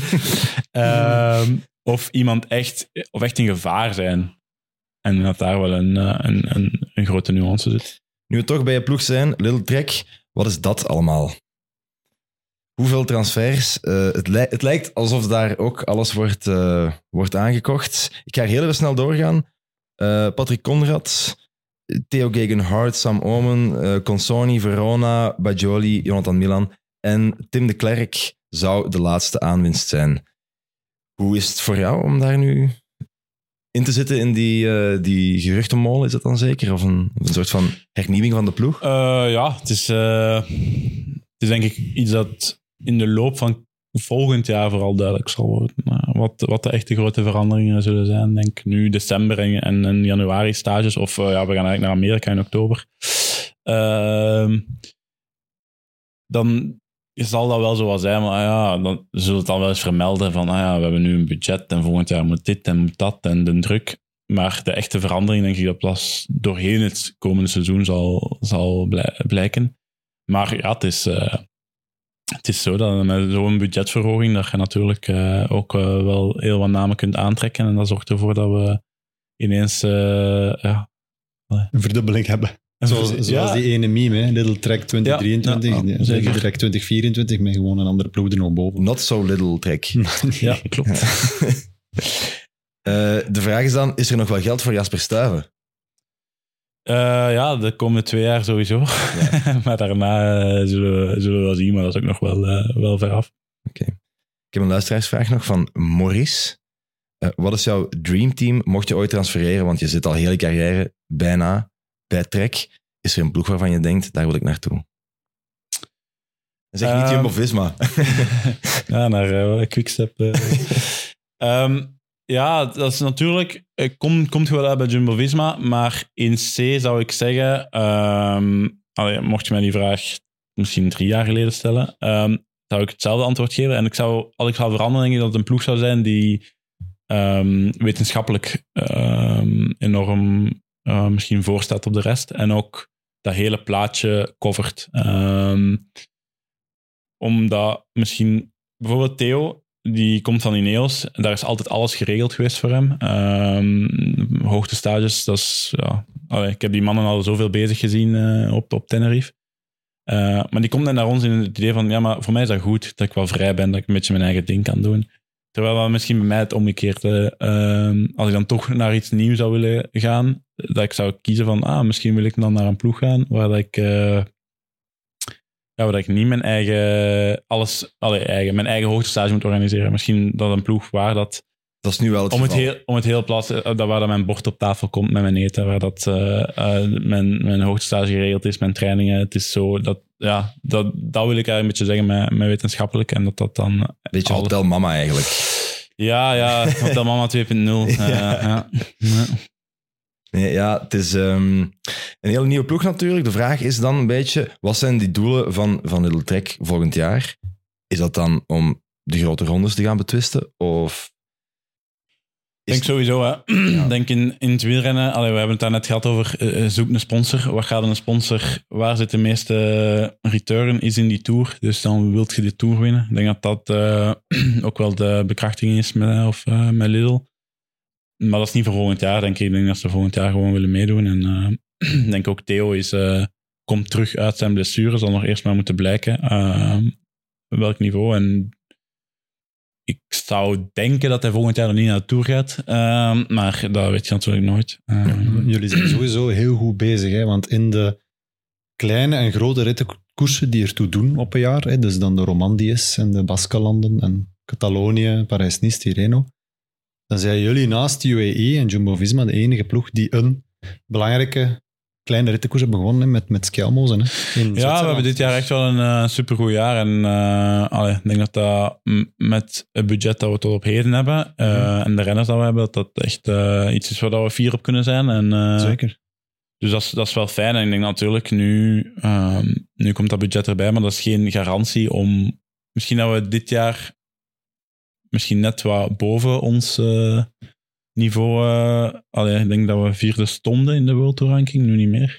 Of iemand echt in gevaar zijn. En dat daar wel een grote nuance zit. Nu we toch bij je ploeg zijn, Little Trek, wat is dat allemaal? Hoeveel transfers? Het lijkt alsof daar ook alles wordt aangekocht. Ik ga er heel even snel doorgaan. Patrick Conrad, Theo Gegenhardt, Sam Oomen, Consoni, Verona, Bajoli, Jonathan Milan en Tim de Klerk zou de laatste aanwinst zijn. Hoe is het voor jou om daar nu in te zitten in die geruchtenmolen? Is dat dan zeker? Of een soort van hernieuwing van de ploeg? Het is denk ik iets dat in de loop van volgend jaar vooral duidelijk zal worden. Wat de echte grote veranderingen zullen zijn. Denk nu december en januari stages. Of we gaan eigenlijk naar Amerika in oktober. Dan zal dat wel zo wat zijn. Maar dan zullen het dan wel eens vermelden van we hebben nu een budget en volgend jaar moet dit en moet dat en de druk. Maar de echte verandering denk ik dat pas doorheen het komende seizoen zal blijken. Maar ja, het is zo dat met zo'n budgetverhoging dat je natuurlijk ook wel heel wat namen kunt aantrekken. En dat zorgt ervoor dat we ineens een verdubbeling hebben. Zoals die ene meme, hè? Little Trek 2023, ja, Little Trek 2024, met gewoon een andere ploeg er nog boven. Not so little Trek. Ja, klopt. De vraag is dan, is er nog wel geld voor Jasper Stuyven? Ja, de komende 2 jaar sowieso. Ja. Maar daarna zullen we wel zien, maar dat is ook nog wel ver af. Oké. Ik heb een luisteraarsvraag nog van Maurice. Wat is jouw dreamteam mocht je ooit transfereren? Want je zit al hele carrière bijna bij Trek. Is er een ploeg waarvan je denkt, daar wil ik naartoe? En zeg niet Jumbo-Visma. Ja, naar Quickstep. Ja, dat is natuurlijk... Komt wel uit bij Jumbo-Visma, maar in C zou ik zeggen... mocht je mij die vraag misschien 3 jaar geleden stellen, zou ik hetzelfde antwoord geven. En als ik zou veranderen, denk ik dat het een ploeg zou zijn die wetenschappelijk enorm misschien voorstaat op de rest. En ook dat hele plaatje covert. Omdat misschien... Bijvoorbeeld Theo... Die komt van Ineos. Daar is altijd alles geregeld geweest voor hem. Hoogtestages, dat is... Ja, ik heb die mannen al zoveel bezig gezien op Tenerife. Maar die komt dan naar ons in het idee van... Ja, maar voor mij is dat goed, dat ik wel vrij ben, dat ik een beetje mijn eigen ding kan doen. Terwijl wel misschien bij mij het omgekeerde... als ik dan toch naar iets nieuws zou willen gaan, dat ik zou kiezen van... misschien wil ik dan naar een ploeg gaan waar dat ik... waar ik niet mijn eigen mijn eigen hoogtestage moet organiseren. Misschien dat een ploeg waar dat... Dat is nu wel het geval. Om het hele plaats, waar dat mijn bord op tafel komt met mijn eten, waar dat mijn hoogtestage geregeld is, mijn trainingen. Het is zo, dat wil ik eigenlijk een beetje zeggen met wetenschappelijk. En dat dan... Beetje Hotel Mama eigenlijk. Ja, Hotel Mama 2.0. Ja. Nee, ja, het is een hele nieuwe ploeg natuurlijk. De vraag is dan een beetje, wat zijn die doelen van Little Trek volgend jaar? Is dat dan om de grote rondes te gaan betwisten? Of... Ik denk sowieso, hè. Ja. Denk in het wielrennen, we hebben het daar net gehad over, zoek een sponsor. Wat gaat een sponsor, waar zit de meeste return, is in die Tour. Dus dan wilt je die Tour winnen. Ik denk dat ook wel de bekrachtiging is met Lidl. Maar dat is niet voor volgend jaar, denk ik. Ik denk dat ze volgend jaar gewoon willen meedoen. En ik denk ook Theo komt terug uit zijn blessure. Zal nog eerst maar moeten blijken op welk niveau. En ik zou denken dat hij volgend jaar nog niet naar de Tour gaat. Maar dat weet je natuurlijk nooit. Jullie zijn sowieso heel goed bezig. Hè? Want in de kleine en grote rittenkoersen die ertoe doen op een jaar, hè, dus dan de Romandiës en de Baskenlanden en Catalonië, Parijs-Nice, Tirreno, dan zijn jullie naast UAE en Jumbo-Visma de enige ploeg die een belangrijke kleine rittenkoers hebben gewonnen met Skelmozen. Ja, we hebben dit jaar echt wel een supergoed jaar. En ik denk dat met het budget dat we tot op heden hebben en de renners dat we hebben, dat echt iets is waar we fier op kunnen zijn. En, zeker. Dus dat is wel fijn. En ik denk natuurlijk, nu komt dat budget erbij, maar dat is geen garantie om... Misschien dat we dit jaar misschien net wat boven ons niveau... ik denk dat we 4e stonden in de World Tour ranking, nu niet meer.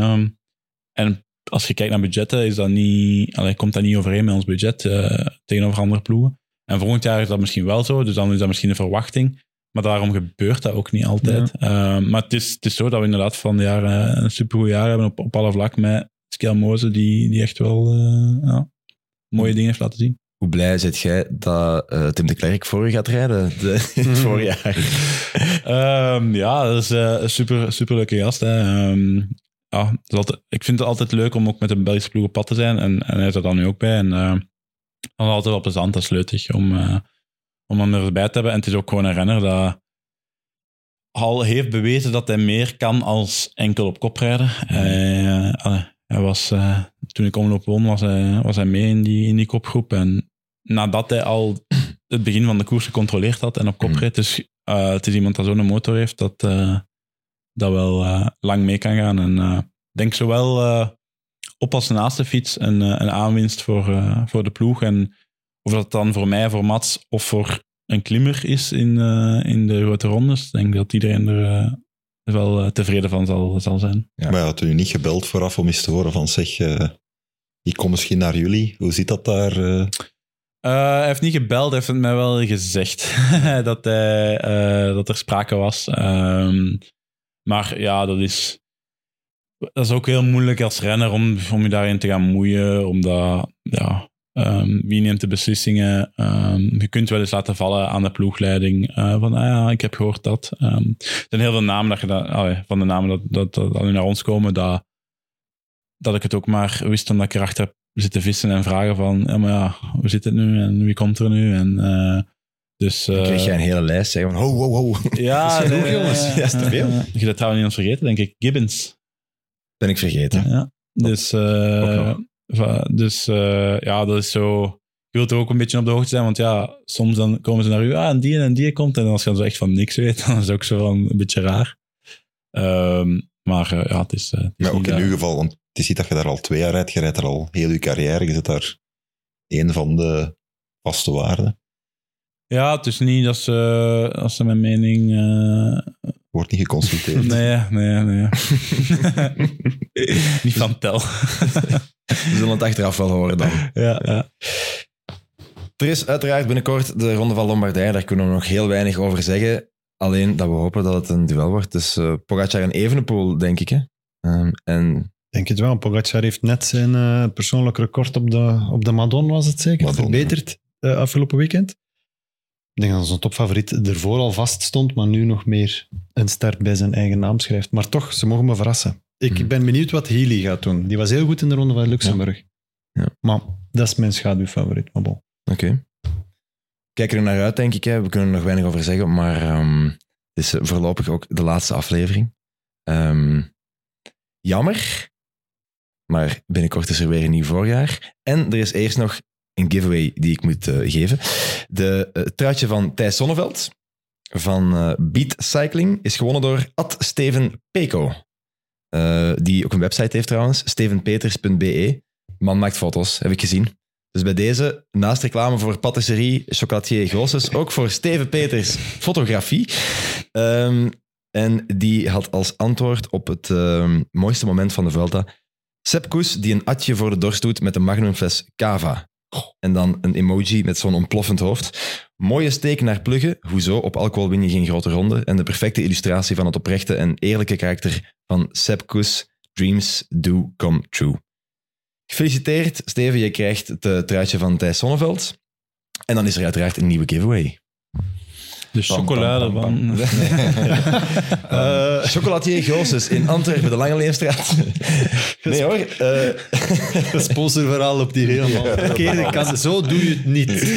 En als je kijkt naar budgetten, is dat niet, komt dat niet overeen met ons budget tegenover andere ploegen. En volgend jaar is dat misschien wel zo, dus dan is dat misschien een verwachting. Maar daarom gebeurt dat ook niet altijd. Ja. Maar het is zo dat we inderdaad van de jaren een supergoed jaar hebben op alle vlakken met Skelmozen, die echt wel mooie dingen heeft laten zien. Hoe blij zit jij dat Tim de Klerk voor je gaat rijden in het voorjaar? Dat is een super leuke gast. Hè. Ik vind het altijd leuk om ook met een Belgische ploeg op pad te zijn. En hij is er dan nu ook bij. En dan is het altijd wel plezant en sleutig om hem erbij te hebben. En het is ook gewoon een renner dat al heeft bewezen dat hij meer kan als enkel op kop rijden. Hij was, toen ik omloop won, was hij mee in die kopgroep. En nadat hij al het begin van de koers gecontroleerd had en op kop reed. Dus het is iemand dat zo'n motor heeft dat wel lang mee kan gaan. En ik denk zowel op als naast de fiets een aanwinst voor de ploeg. En of dat dan voor mij, voor Mats of voor een klimmer is in de grote rondes, ik denk dat iedereen er wel tevreden van zal zijn. Ja. Maar had u niet gebeld vooraf om eens te horen van zeg, ik kom misschien naar jullie. Hoe zit dat daar? Hij heeft niet gebeld, hij heeft het mij wel gezegd dat er sprake was. Maar ja, dat is... dat is ook heel moeilijk als renner om je daarin te gaan moeien, omdat wie neemt de beslissingen? Je kunt wel eens laten vallen aan de ploegleiding van ik heb gehoord dat. Er zijn heel veel namen van de namen dat nu naar ons komen, dat ik het ook maar wist omdat ik erachter heb zitten vissen en vragen van hoe zit het nu en wie komt er nu? En dus... Dan kreeg jij een hele lijst, zeg van ho. Ja, dat is genoeg, jongens. Ja, dat is te veel. Je dat trouwens niet ons vergeten, denk ik. Gibbons. Ben ik vergeten. Ja. Dus, dat is zo... Je wilt er ook een beetje op de hoogte zijn, want soms dan komen ze naar u, en die komt, en als je dan zo echt van niks weet, dan is het ook zo van een beetje raar. Het is maar ook in uw geval, want het is niet dat je daar al 2 jaar rijdt, je rijdt er al heel je carrière, je zit daar een van de vaste waarden. Ja, het is niet dat ze mijn mening... Wordt niet geconsulteerd. Nee. Niet van tel. We zullen het achteraf wel horen dan. Ja. Er is uiteraard binnenkort de Ronde van Lombardije. Daar kunnen we nog heel weinig over zeggen. Alleen dat we hopen dat het een duel wordt. Dus Pogacar en Evenepoel, denk ik. Hè? Denk het wel. Pogacar heeft net zijn persoonlijk record op de Madon, was het zeker, Madon, verbeterd afgelopen weekend. Ik denk dat zijn topfavoriet ervoor al vast stond, maar nu nog meer een start bij zijn eigen naam schrijft. Maar toch, ze mogen me verrassen. Ik ben benieuwd wat Healy gaat doen. Die was heel goed in de Ronde van Luxemburg. Ja. Maar dat is mijn schaduwfavoriet. Maar bon. Oké. Kijk er naar uit, denk ik. Hè. We kunnen er nog weinig over zeggen, maar het is voorlopig ook de laatste aflevering. Jammer, maar binnenkort is er weer een nieuw voorjaar. En er is eerst nog een giveaway die ik moet geven. Het truitje van Thijs Sonneveld van Beat Cycling is gewonnen door @Steven Peko. Die ook een website heeft trouwens, stevenpeters.be. Man maakt foto's, heb ik gezien. Dus bij deze, naast reclame voor patisserie Chocolatier Grosses, ook voor Steven Peters fotografie. En die had als antwoord op het mooiste moment van de Vuelta Sepp Kuss die een atje voor de dorst doet met een magnumfles cava. En dan een emoji met zo'n ontploffend hoofd. Mooie steek naar pluggen. Hoezo? Op alcohol win je geen grote ronde. En de perfecte illustratie van het oprechte en eerlijke karakter van Sepp Kuss. Dreams do come true. Gefeliciteerd, Steven. Je krijgt het truitje van Thijs Sonneveld. En dan is er uiteraard een nieuwe giveaway. De chocolade van... Chocolatier Grosses in Antwerpen, de Lange Leemstraat. Nee hoor. Een sponsorverhaal op die helemaal verkeerde kant. Zo doe je het niet.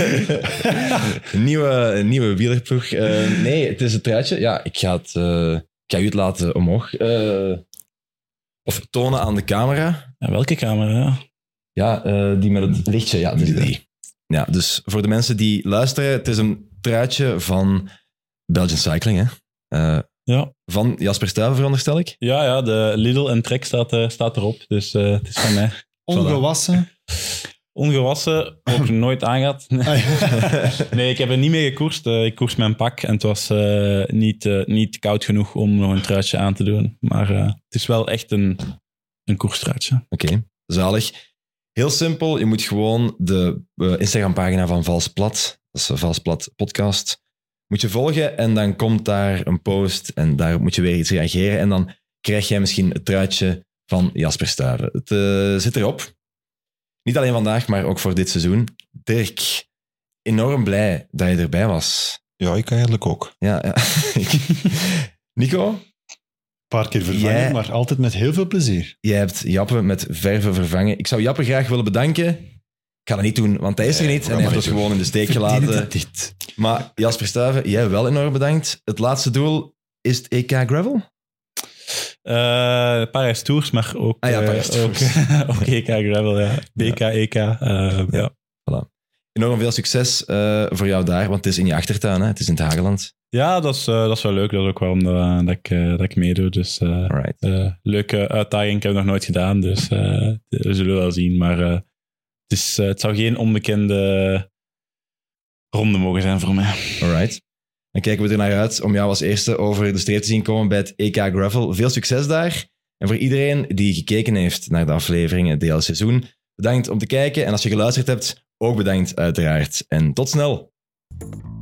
Een nieuwe wielerploeg. Nee, het is het truitje. Ja, ik ga u het laten omhoog. Of tonen aan de camera. Ja, welke camera? Ja, die met het lichtje. Ja, dus die. Ja, dus voor de mensen die luisteren, het is een truitje van Belgian Cycling, hè? Van Jasper Stuyven, veronderstel ik? Ja, de Lidl en Trek staat erop, dus het is van mij. Ongewassen. Ongewassen, ook nooit aangehad. Nee, ik heb er niet mee gekoerst. Ik koers mijn pak en het was niet koud genoeg om nog een truitje aan te doen. Maar het is wel echt een koerstruitje. Oké, zalig. Heel simpel, je moet gewoon de Instagram-pagina van Vals Plat, dat is Vals Plat Podcast, moet je volgen en dan komt daar een post en daar moet je weer iets reageren en dan krijg jij misschien het truitje van Jasper Stuyven. Het zit erop. Niet alleen vandaag, maar ook voor dit seizoen. Dirk, enorm blij dat je erbij was. Ja, ik eigenlijk ook. Ja. Nico? Een paar keer vervangen, maar altijd met heel veel plezier. Jij hebt Jappe met verven vervangen. Ik zou Jappe graag willen bedanken. Ik ga dat niet doen, want hij is er niet en hij heeft ons gewoon in de steek gelaten. Maar Jasper Stuyven, jij wel enorm bedankt. Het laatste doel is het EK Gravel? Parijs Tours, maar ook, Parijs Tours. ook EK Gravel, ja. BK, EK. Ja. Voilà. Enorm veel succes voor jou daar, want het is in je achtertuin, hè? Het is in het Hageland. Ja, dat is wel leuk. Dat is ook waarom dat ik meedoe. Dus leuke uitdaging. Ik heb het nog nooit gedaan, dus we zullen wel zien. Maar het zou geen onbekende ronde mogen zijn voor mij. Alright. Dan kijken we er naar uit om jou als eerste over de streep te zien komen bij het EK Gravel. Veel succes daar. En voor iedereen die gekeken heeft naar de afleveringen het hele seizoen, bedankt om te kijken. En als je geluisterd hebt, ook bedankt uiteraard. En tot snel.